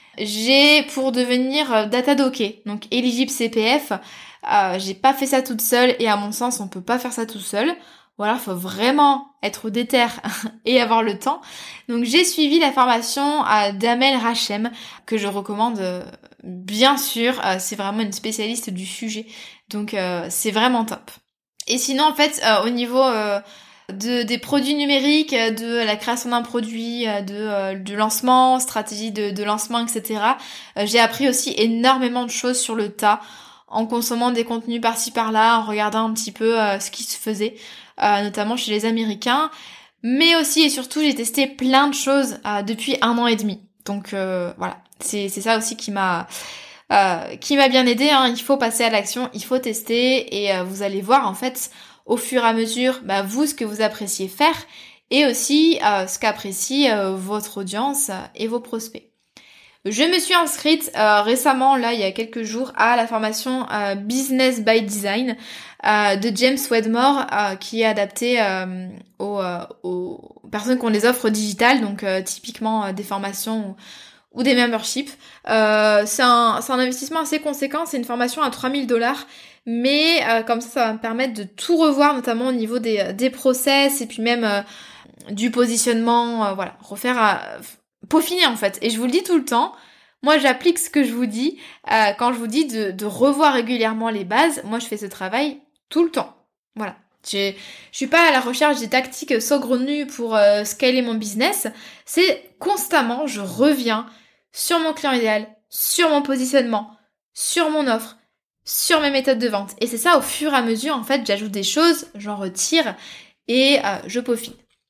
J'ai, pour devenir euh, data docké, donc éligible C P F, euh, j'ai pas fait ça toute seule et à mon sens, on peut pas faire ça tout seul. Ou alors, il faut vraiment être déter et avoir le temps. Donc, j'ai suivi la formation à d'Amel Rachem, que je recommande euh, bien sûr. Euh, c'est vraiment une spécialiste du sujet. Donc, euh, c'est vraiment top. Et sinon, en fait, euh, au niveau euh, de, des produits numériques, de la création d'un produit, de, euh, de lancement, stratégie de, de lancement, et cetera, euh, j'ai appris aussi énormément de choses sur le tas, en consommant des contenus par-ci par-là, en regardant un petit peu euh, ce qui se faisait. Euh, notamment chez les Américains, mais aussi et surtout j'ai testé plein de choses euh, depuis un an et demi. Donc euh, voilà, c'est c'est ça aussi qui m'a euh, qui m'a bien aidé. Hein. Il faut passer à l'action, il faut tester et euh, vous allez voir en fait au fur et à mesure, bah, vous ce que vous appréciez faire et aussi euh, ce qu'apprécie euh, votre audience et vos prospects. Je me suis inscrite euh, récemment, là, il y a quelques jours, à la formation euh, Business by Design euh, de James Wedmore, euh, qui est adaptée euh, aux, euh, aux personnes qui ont des offres digitales, donc euh, typiquement euh, des formations ou, ou des memberships. Euh, c'est un, c'est un investissement assez conséquent, c'est une formation à trois mille dollars, mais euh, comme ça, ça va me permettre de tout revoir, notamment au niveau des, des process et puis même euh, du positionnement, euh, voilà, refaire... à, peaufiner en fait. Et je vous le dis tout le temps, moi j'applique ce que je vous dis. Euh, quand je vous dis de, de revoir régulièrement les bases, moi je fais ce travail tout le temps. Voilà. Je, je suis pas à la recherche des tactiques saugrenues pour euh, scaler mon business. C'est constamment, je reviens sur mon client idéal, sur mon positionnement, sur mon offre, sur mes méthodes de vente. Et c'est ça, au fur et à mesure, en fait, j'ajoute des choses, j'en retire et euh, je peaufine.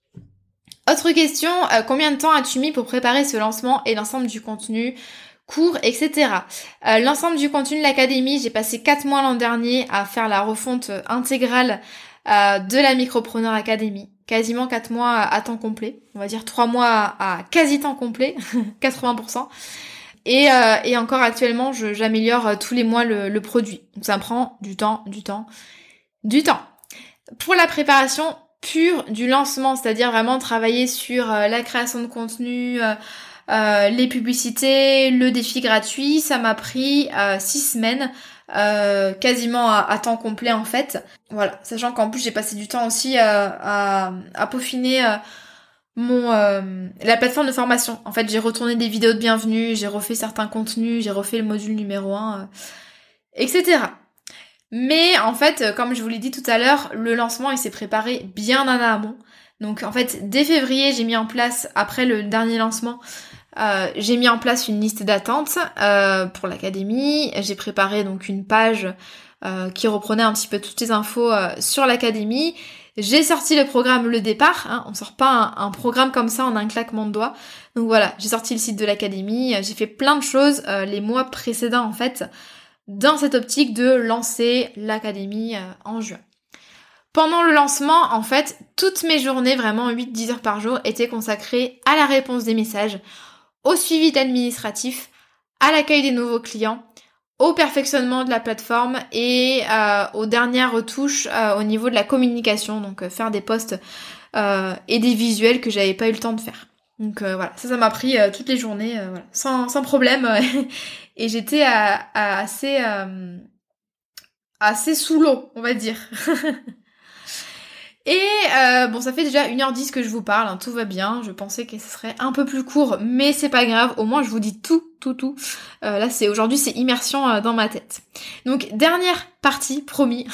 Autre question, euh, combien de temps as-tu mis pour préparer ce lancement et l'ensemble du contenu, cours, et cetera. Euh, l'ensemble du contenu de l'académie, j'ai passé quatre mois l'an dernier à faire la refonte intégrale euh, de la Micropreneur Academy. Quasiment quatre mois à temps complet, on va dire trois mois à, à quasi temps complet, quatre-vingts pour cent. Et, euh, et encore actuellement, je, j'améliore tous les mois le, le produit. Donc ça me prend du temps, du temps, du temps. Pour la préparation pure du lancement, c'est-à-dire vraiment travailler sur euh, la création de contenu, euh, euh, les publicités, le défi gratuit, ça m'a pris euh, six semaines euh, quasiment à, à temps complet en fait. Voilà, sachant qu'en plus j'ai passé du temps aussi euh, à, à peaufiner euh, mon euh, la plateforme de formation. En fait, j'ai retourné des vidéos de bienvenue, j'ai refait certains contenus, j'ai refait le module numéro un, euh, et cetera. Mais en fait, comme je vous l'ai dit tout à l'heure, le lancement il s'est préparé bien en amont. Donc en fait, dès février, j'ai mis en place, après le dernier lancement, euh, j'ai mis en place une liste d'attente euh, pour l'académie. J'ai préparé donc une page euh, qui reprenait un petit peu toutes les infos euh, sur l'académie. J'ai sorti le programme Le Départ. Hein, on sort pas un, un programme comme ça en un claquement de doigts. Donc voilà, j'ai sorti le site de l'académie. J'ai fait plein de choses euh, les mois précédents en fait, dans cette optique de lancer l'académie euh, en juin. Pendant le lancement, en fait, toutes mes journées, vraiment huit dix heures par jour, étaient consacrées à la réponse des messages, au suivi d'administratif, à l'accueil des nouveaux clients, au perfectionnement de la plateforme et euh, aux dernières retouches euh, au niveau de la communication, donc euh, faire des posts euh, et des visuels que j'avais pas eu le temps de faire. Donc euh, voilà, ça ça m'a pris euh, toutes les journées, euh, voilà, sans, sans problème, et j'étais à, à assez, euh, assez sous l'eau, on va dire. Et euh, bon, ça fait déjà une heure dix que je vous parle, hein, tout va bien. Je pensais que ce serait un peu plus court, mais c'est pas grave. Au moins, je vous dis tout, tout, tout. Euh, là, c'est aujourd'hui, c'est immersion euh, dans ma tête. Donc, dernière partie, promis.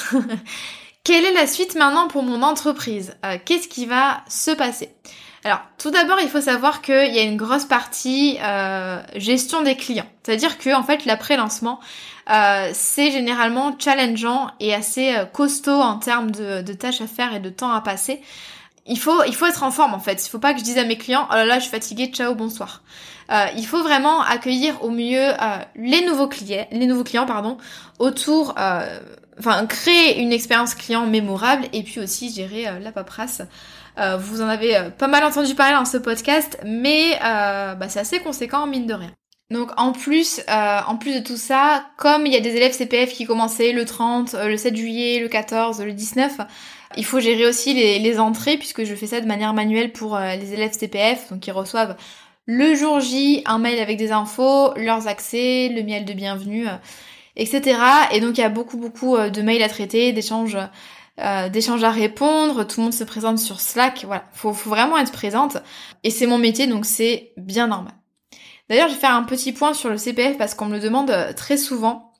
Quelle est la suite maintenant pour mon entreprise ? euh, Qu'est-ce qui va se passer ? Alors, tout d'abord, il faut savoir qu'il y a une grosse partie euh, gestion des clients. C'est-à-dire que, en fait, l'après-lancement, euh, c'est généralement challengeant et assez euh, costaud en termes de, de tâches à faire et de temps à passer. Il faut, il faut être en forme, en fait. Il faut pas que je dise à mes clients, oh là là, je suis fatiguée, ciao, bonsoir. Euh, il faut vraiment accueillir au mieux euh, les nouveaux clients, les nouveaux clients, pardon, autour, euh, enfin, créer une expérience client mémorable et puis aussi gérer euh, la paperasse. Euh, vous en avez euh, pas mal entendu parler dans ce podcast, mais euh, bah, c'est assez conséquent, mine de rien. Donc en plus, euh, en plus de tout ça, comme il y a des élèves C P F qui commençaient le trente, euh, le sept juillet, le quatorze, le dix-neuf, il faut gérer aussi les, les entrées puisque je fais ça de manière manuelle pour euh, les élèves C P F, donc ils reçoivent le jour J un mail avec des infos, leurs accès, le mail de bienvenue, euh, et cetera. Et donc il y a beaucoup beaucoup euh, de mails à traiter, d'échanges, euh, d'échanges à répondre, tout le monde se présente sur Slack, voilà, faut, faut vraiment être présente. Et c'est mon métier, donc c'est bien normal. D'ailleurs, je vais faire un petit point sur le C P F parce qu'on me le demande très souvent.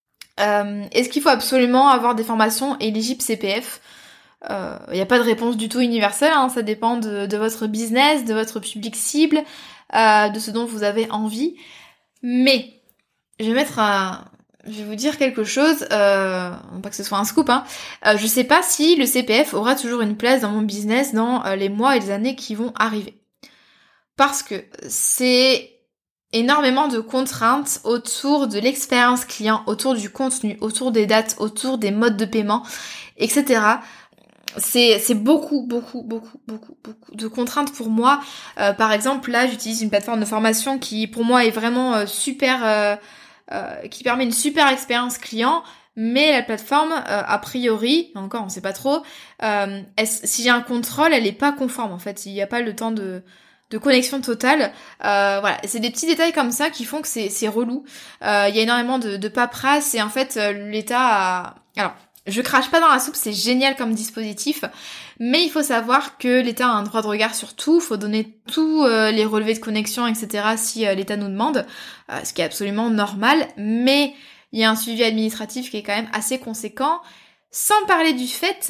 Euh, est-ce qu'il faut absolument avoir des formations éligibles C P F ? Il euh, n'y a pas de réponse du tout universelle, hein, ça dépend de, de votre business, de votre public cible, euh, de ce dont vous avez envie. Mais, je vais mettre un... Je vais vous dire quelque chose, euh, pas que ce soit un scoop, hein. Euh, je sais pas si le C P F aura toujours une place dans mon business dans euh, les mois et les années qui vont arriver. Parce que c'est énormément de contraintes autour de l'expérience client, autour du contenu, autour des dates, autour des modes de paiement, et cetera. C'est, c'est beaucoup, beaucoup, beaucoup, beaucoup, beaucoup de contraintes pour moi. Euh, par exemple, là, j'utilise une plateforme de formation qui, pour moi, est vraiment euh, super, euh, euh, qui permet une super expérience client. Mais la plateforme, euh, a priori, encore, on sait pas trop, euh, si j'ai un contrôle, elle est pas conforme. En fait, il n'y a pas le temps de de connexion totale. Euh, voilà, c'est des petits détails comme ça qui font que c'est, c'est relou. Euh, il y a énormément de, de paperasse et en fait, euh, l'État a... Alors, je crache pas dans la soupe, c'est génial comme dispositif, mais il faut savoir que l'État a un droit de regard sur tout, faut donner tous euh, les relevés de connexion, et cetera si euh, l'État nous demande, euh, ce qui est absolument normal, mais il y a un suivi administratif qui est quand même assez conséquent, sans parler du fait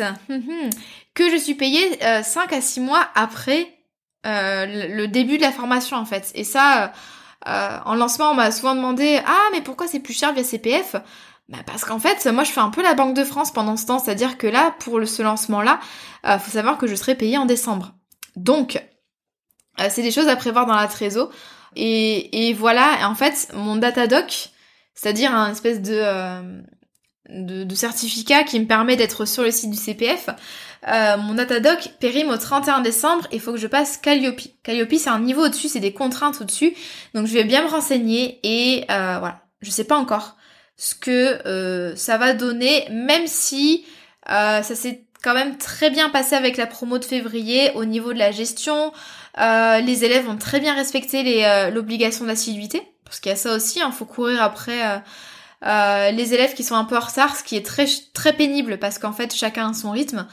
que je suis payée euh, cinq à six mois après Euh, le début de la formation en fait. Et ça, euh, en lancement, on m'a souvent demandé « Ah, mais pourquoi c'est plus cher via C P F ?» Bah parce qu'en fait, moi je fais un peu la Banque de France pendant ce temps, c'est-à-dire que là, pour le, ce lancement-là, euh, faut savoir que je serai payée en décembre. Donc, euh, c'est des choses à prévoir dans la trésor. Et, et voilà, et en fait, mon Datadoc, c'est-à-dire un espèce de... Euh, De, de certificat qui me permet d'être sur le site du C P F, euh, mon Datadoc périme au trente et un décembre, il faut que je passe Calliope. Calliope, c'est un niveau au-dessus, c'est des contraintes au-dessus, donc je vais bien me renseigner et euh, voilà, je sais pas encore ce que euh, ça va donner, même si euh, ça s'est quand même très bien passé avec la promo de février au niveau de la gestion, euh, les élèves ont très bien respecté les, euh, l'obligation d'assiduité, parce qu'il y a ça aussi, il hein, faut courir après... Euh, euh, les élèves qui sont un peu en retard, ce qui est très très pénible parce qu'en fait chacun a son rythme.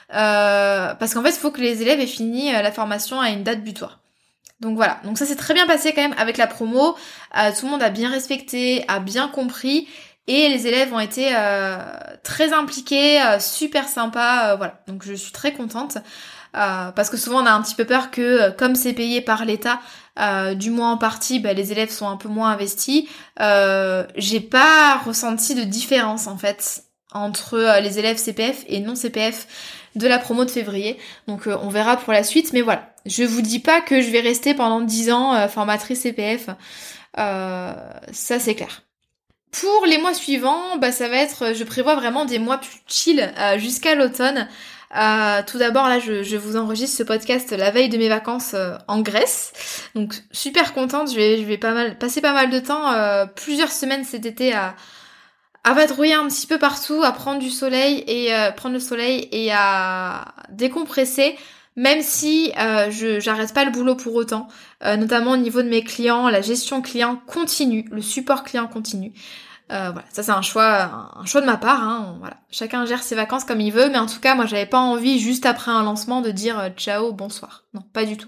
Euh, parce qu'en fait il faut que les élèves aient fini la formation à une date butoir. Donc voilà, donc ça s'est très bien passé quand même avec la promo, euh, tout le monde a bien respecté, a bien compris, et les élèves ont été euh, très impliqués, euh, super sympas, euh, voilà, donc je suis très contente, euh, parce que souvent on a un petit peu peur que, euh, comme c'est payé par l'État, euh, du moins en partie, bah, les élèves sont un peu moins investis, euh, j'ai pas ressenti de différence en fait, entre euh, les élèves C P F et non C P F, de la promo de février, donc euh, on verra pour la suite, mais voilà, je vous dis pas que je vais rester pendant dix ans euh, formatrice C P F, euh, ça c'est clair. Pour les mois suivants, bah ça va être, je prévois vraiment des mois plus chill euh, jusqu'à l'automne. Euh, tout d'abord là, je, je vous enregistre ce podcast la veille de mes vacances euh, en Grèce, donc super contente. Je vais, je vais pas mal passer pas mal de temps, euh, plusieurs semaines cet été à à vadrouiller un petit peu partout, à prendre du soleil et euh, prendre le soleil et à décompresser, même si euh, je j'arrête pas le boulot pour autant, euh, notamment au niveau de mes clients, la gestion client continue, le support client continue. Euh, voilà, ça c'est un choix, un choix de ma part. Hein, voilà, chacun gère ses vacances comme il veut, mais en tout cas moi j'avais pas envie juste après un lancement de dire euh, ciao, bonsoir. Non, pas du tout.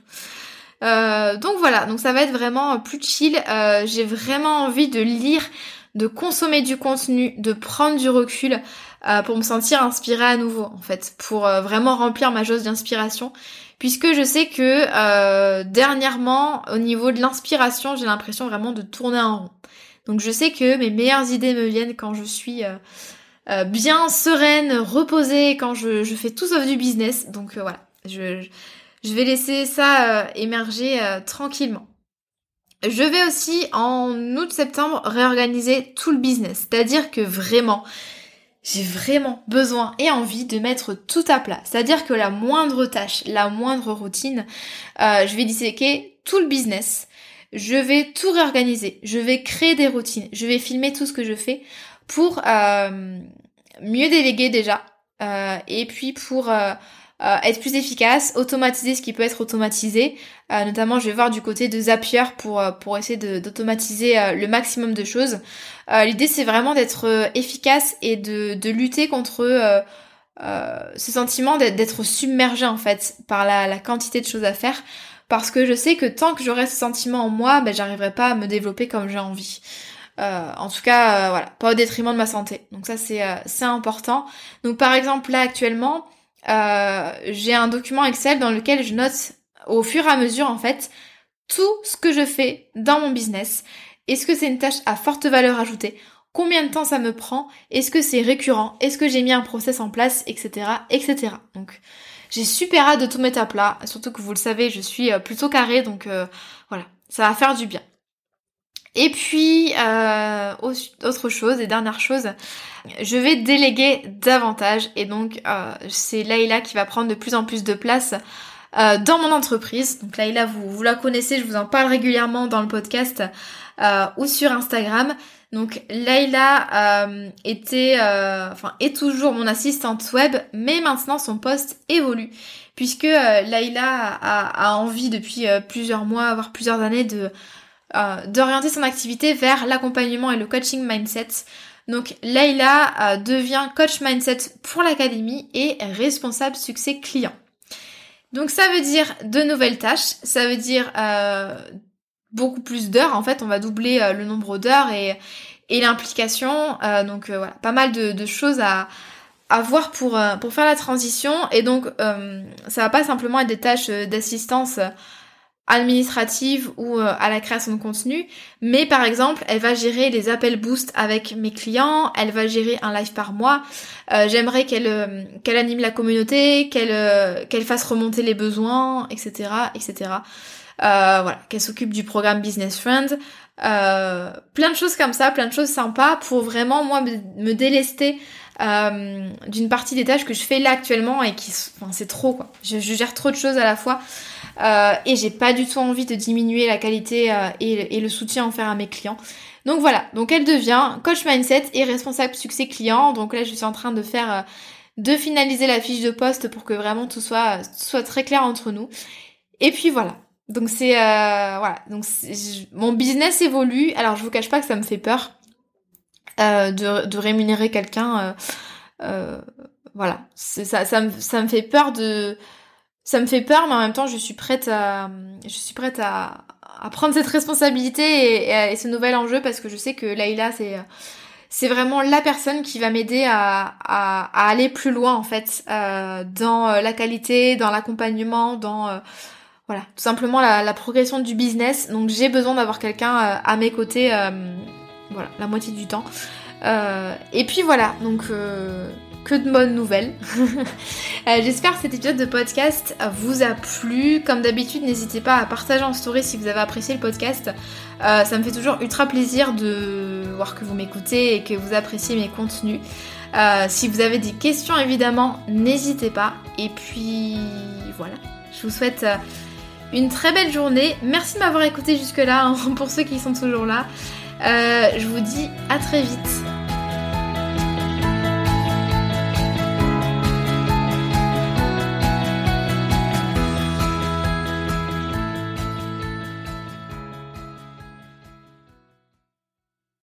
Euh, donc voilà, donc ça va être vraiment plus chill. Euh, j'ai vraiment envie de lire, de consommer du contenu, de prendre du recul euh, pour me sentir inspirée à nouveau en fait, pour euh, vraiment remplir ma jauge d'inspiration, puisque je sais que euh, dernièrement au niveau de l'inspiration j'ai l'impression vraiment de tourner en rond. Donc je sais que mes meilleures idées me viennent quand je suis euh, euh, bien sereine, reposée, quand je, je fais tout sauf du business, donc euh, voilà, je, je vais laisser ça euh, émerger euh, tranquillement. Je vais aussi, en août-septembre, réorganiser tout le business. C'est-à-dire que vraiment, j'ai vraiment besoin et envie de mettre tout à plat. C'est-à-dire que la moindre tâche, la moindre routine, euh, je vais disséquer tout le business. Je vais tout réorganiser. Je vais créer des routines. Je vais filmer tout ce que je fais pour euh, mieux déléguer déjà. Euh, et puis pour... Euh, Euh, être plus efficace, automatiser ce qui peut être automatisé. Euh, notamment, je vais voir du côté de Zapier pour euh, pour essayer de, d'automatiser euh, le maximum de choses. Euh, l'idée, c'est vraiment d'être euh, efficace et de, de lutter contre euh, euh, ce sentiment d'être, d'être submergé en fait par la, la quantité de choses à faire. Parce que je sais que tant que j'aurai ce sentiment en moi, ben, j'arriverai pas à me développer comme j'ai envie. Euh, en tout cas, euh, voilà, pas au détriment de ma santé. Donc ça, c'est euh, c'est important. Donc par exemple, là actuellement, Euh, j'ai un document Excel dans lequel je note au fur et à mesure en fait tout ce que je fais dans mon business. Est-ce que c'est une tâche à forte valeur ajoutée? Combien de temps ça me prend? Est-ce que c'est récurrent? Est-ce que j'ai mis un process en place? Etc. etc. Donc j'ai super hâte de tout mettre à plat, surtout que vous le savez, je suis plutôt carrée, donc euh, voilà, ça va faire du bien. Et puis, euh, autre chose, et dernière chose, je vais déléguer davantage, et donc euh, c'est Layla qui va prendre de plus en plus de place euh, dans mon entreprise. Donc Layla, vous, vous la connaissez, je vous en parle régulièrement dans le podcast euh, ou sur Instagram. Donc Layla euh, était, euh, enfin est toujours mon assistante web, mais maintenant son poste évolue, puisque euh, Layla a, a envie depuis euh, plusieurs mois, voire plusieurs années de Euh, d'orienter son activité vers l'accompagnement et le coaching mindset. Donc Layla euh, devient coach mindset pour l'académie et responsable succès client. Donc ça veut dire de nouvelles tâches, ça veut dire euh, beaucoup plus d'heures. En fait, on va doubler euh, le nombre d'heures et, et l'implication. Euh, donc euh, voilà, pas mal de, de choses à, à voir pour, euh, pour faire la transition. Et donc euh, ça va pas simplement être des tâches d'assistance administrative ou euh, à la création de contenu, mais par exemple elle va gérer les appels boost avec mes clients, elle va gérer un live par mois, euh, j'aimerais qu'elle euh, qu'elle anime la communauté, qu'elle euh, qu'elle fasse remonter les besoins, etc., etc. Euh, voilà, qu'elle s'occupe du programme Business Friend, euh, plein de choses comme ça, plein de choses sympas pour vraiment moi me, me délester euh, d'une partie des tâches que je fais là actuellement et qui, enfin c'est trop quoi, je, je gère trop de choses à la fois. Euh, et j'ai pas du tout envie de diminuer la qualité euh, et, et le soutien offert à mes clients. Donc voilà, donc elle devient coach mindset et responsable succès client. Donc là je suis en train de faire, euh, de finaliser la fiche de poste pour que vraiment tout soit, tout soit très clair entre nous. Et puis voilà, donc c'est, euh, voilà, donc c'est, je, mon business évolue. Alors je vous cache pas que ça me fait peur. euh, de, de rémunérer quelqu'un. Euh, euh, voilà, c'est, ça, ça, me, ça me fait peur de, ça me fait peur, mais en même temps, je suis prête à, je suis prête à, à prendre cette responsabilité et, et, et ce nouvel enjeu parce que je sais que Layla, c'est, c'est vraiment la personne qui va m'aider à, à, à aller plus loin en fait, euh, dans la qualité, dans l'accompagnement, dans euh, voilà, tout simplement la, la progression du business. Donc j'ai besoin d'avoir quelqu'un euh, à mes côtés, euh, voilà, la moitié du temps. Euh, et puis voilà, donc euh, que de bonnes nouvelles. euh, J'espère que cet épisode de podcast vous a plu. Comme d'habitude, n'hésitez pas à partager en story si vous avez apprécié le podcast. Euh, ça me fait toujours ultra plaisir de voir que vous m'écoutez et que vous appréciez mes contenus. Euh, si vous avez des questions, évidemment, n'hésitez pas. Et puis voilà, je vous souhaite une très belle journée. Merci de m'avoir écouté jusque-là, hein, pour ceux qui sont toujours là. Euh, je vous dis à très vite.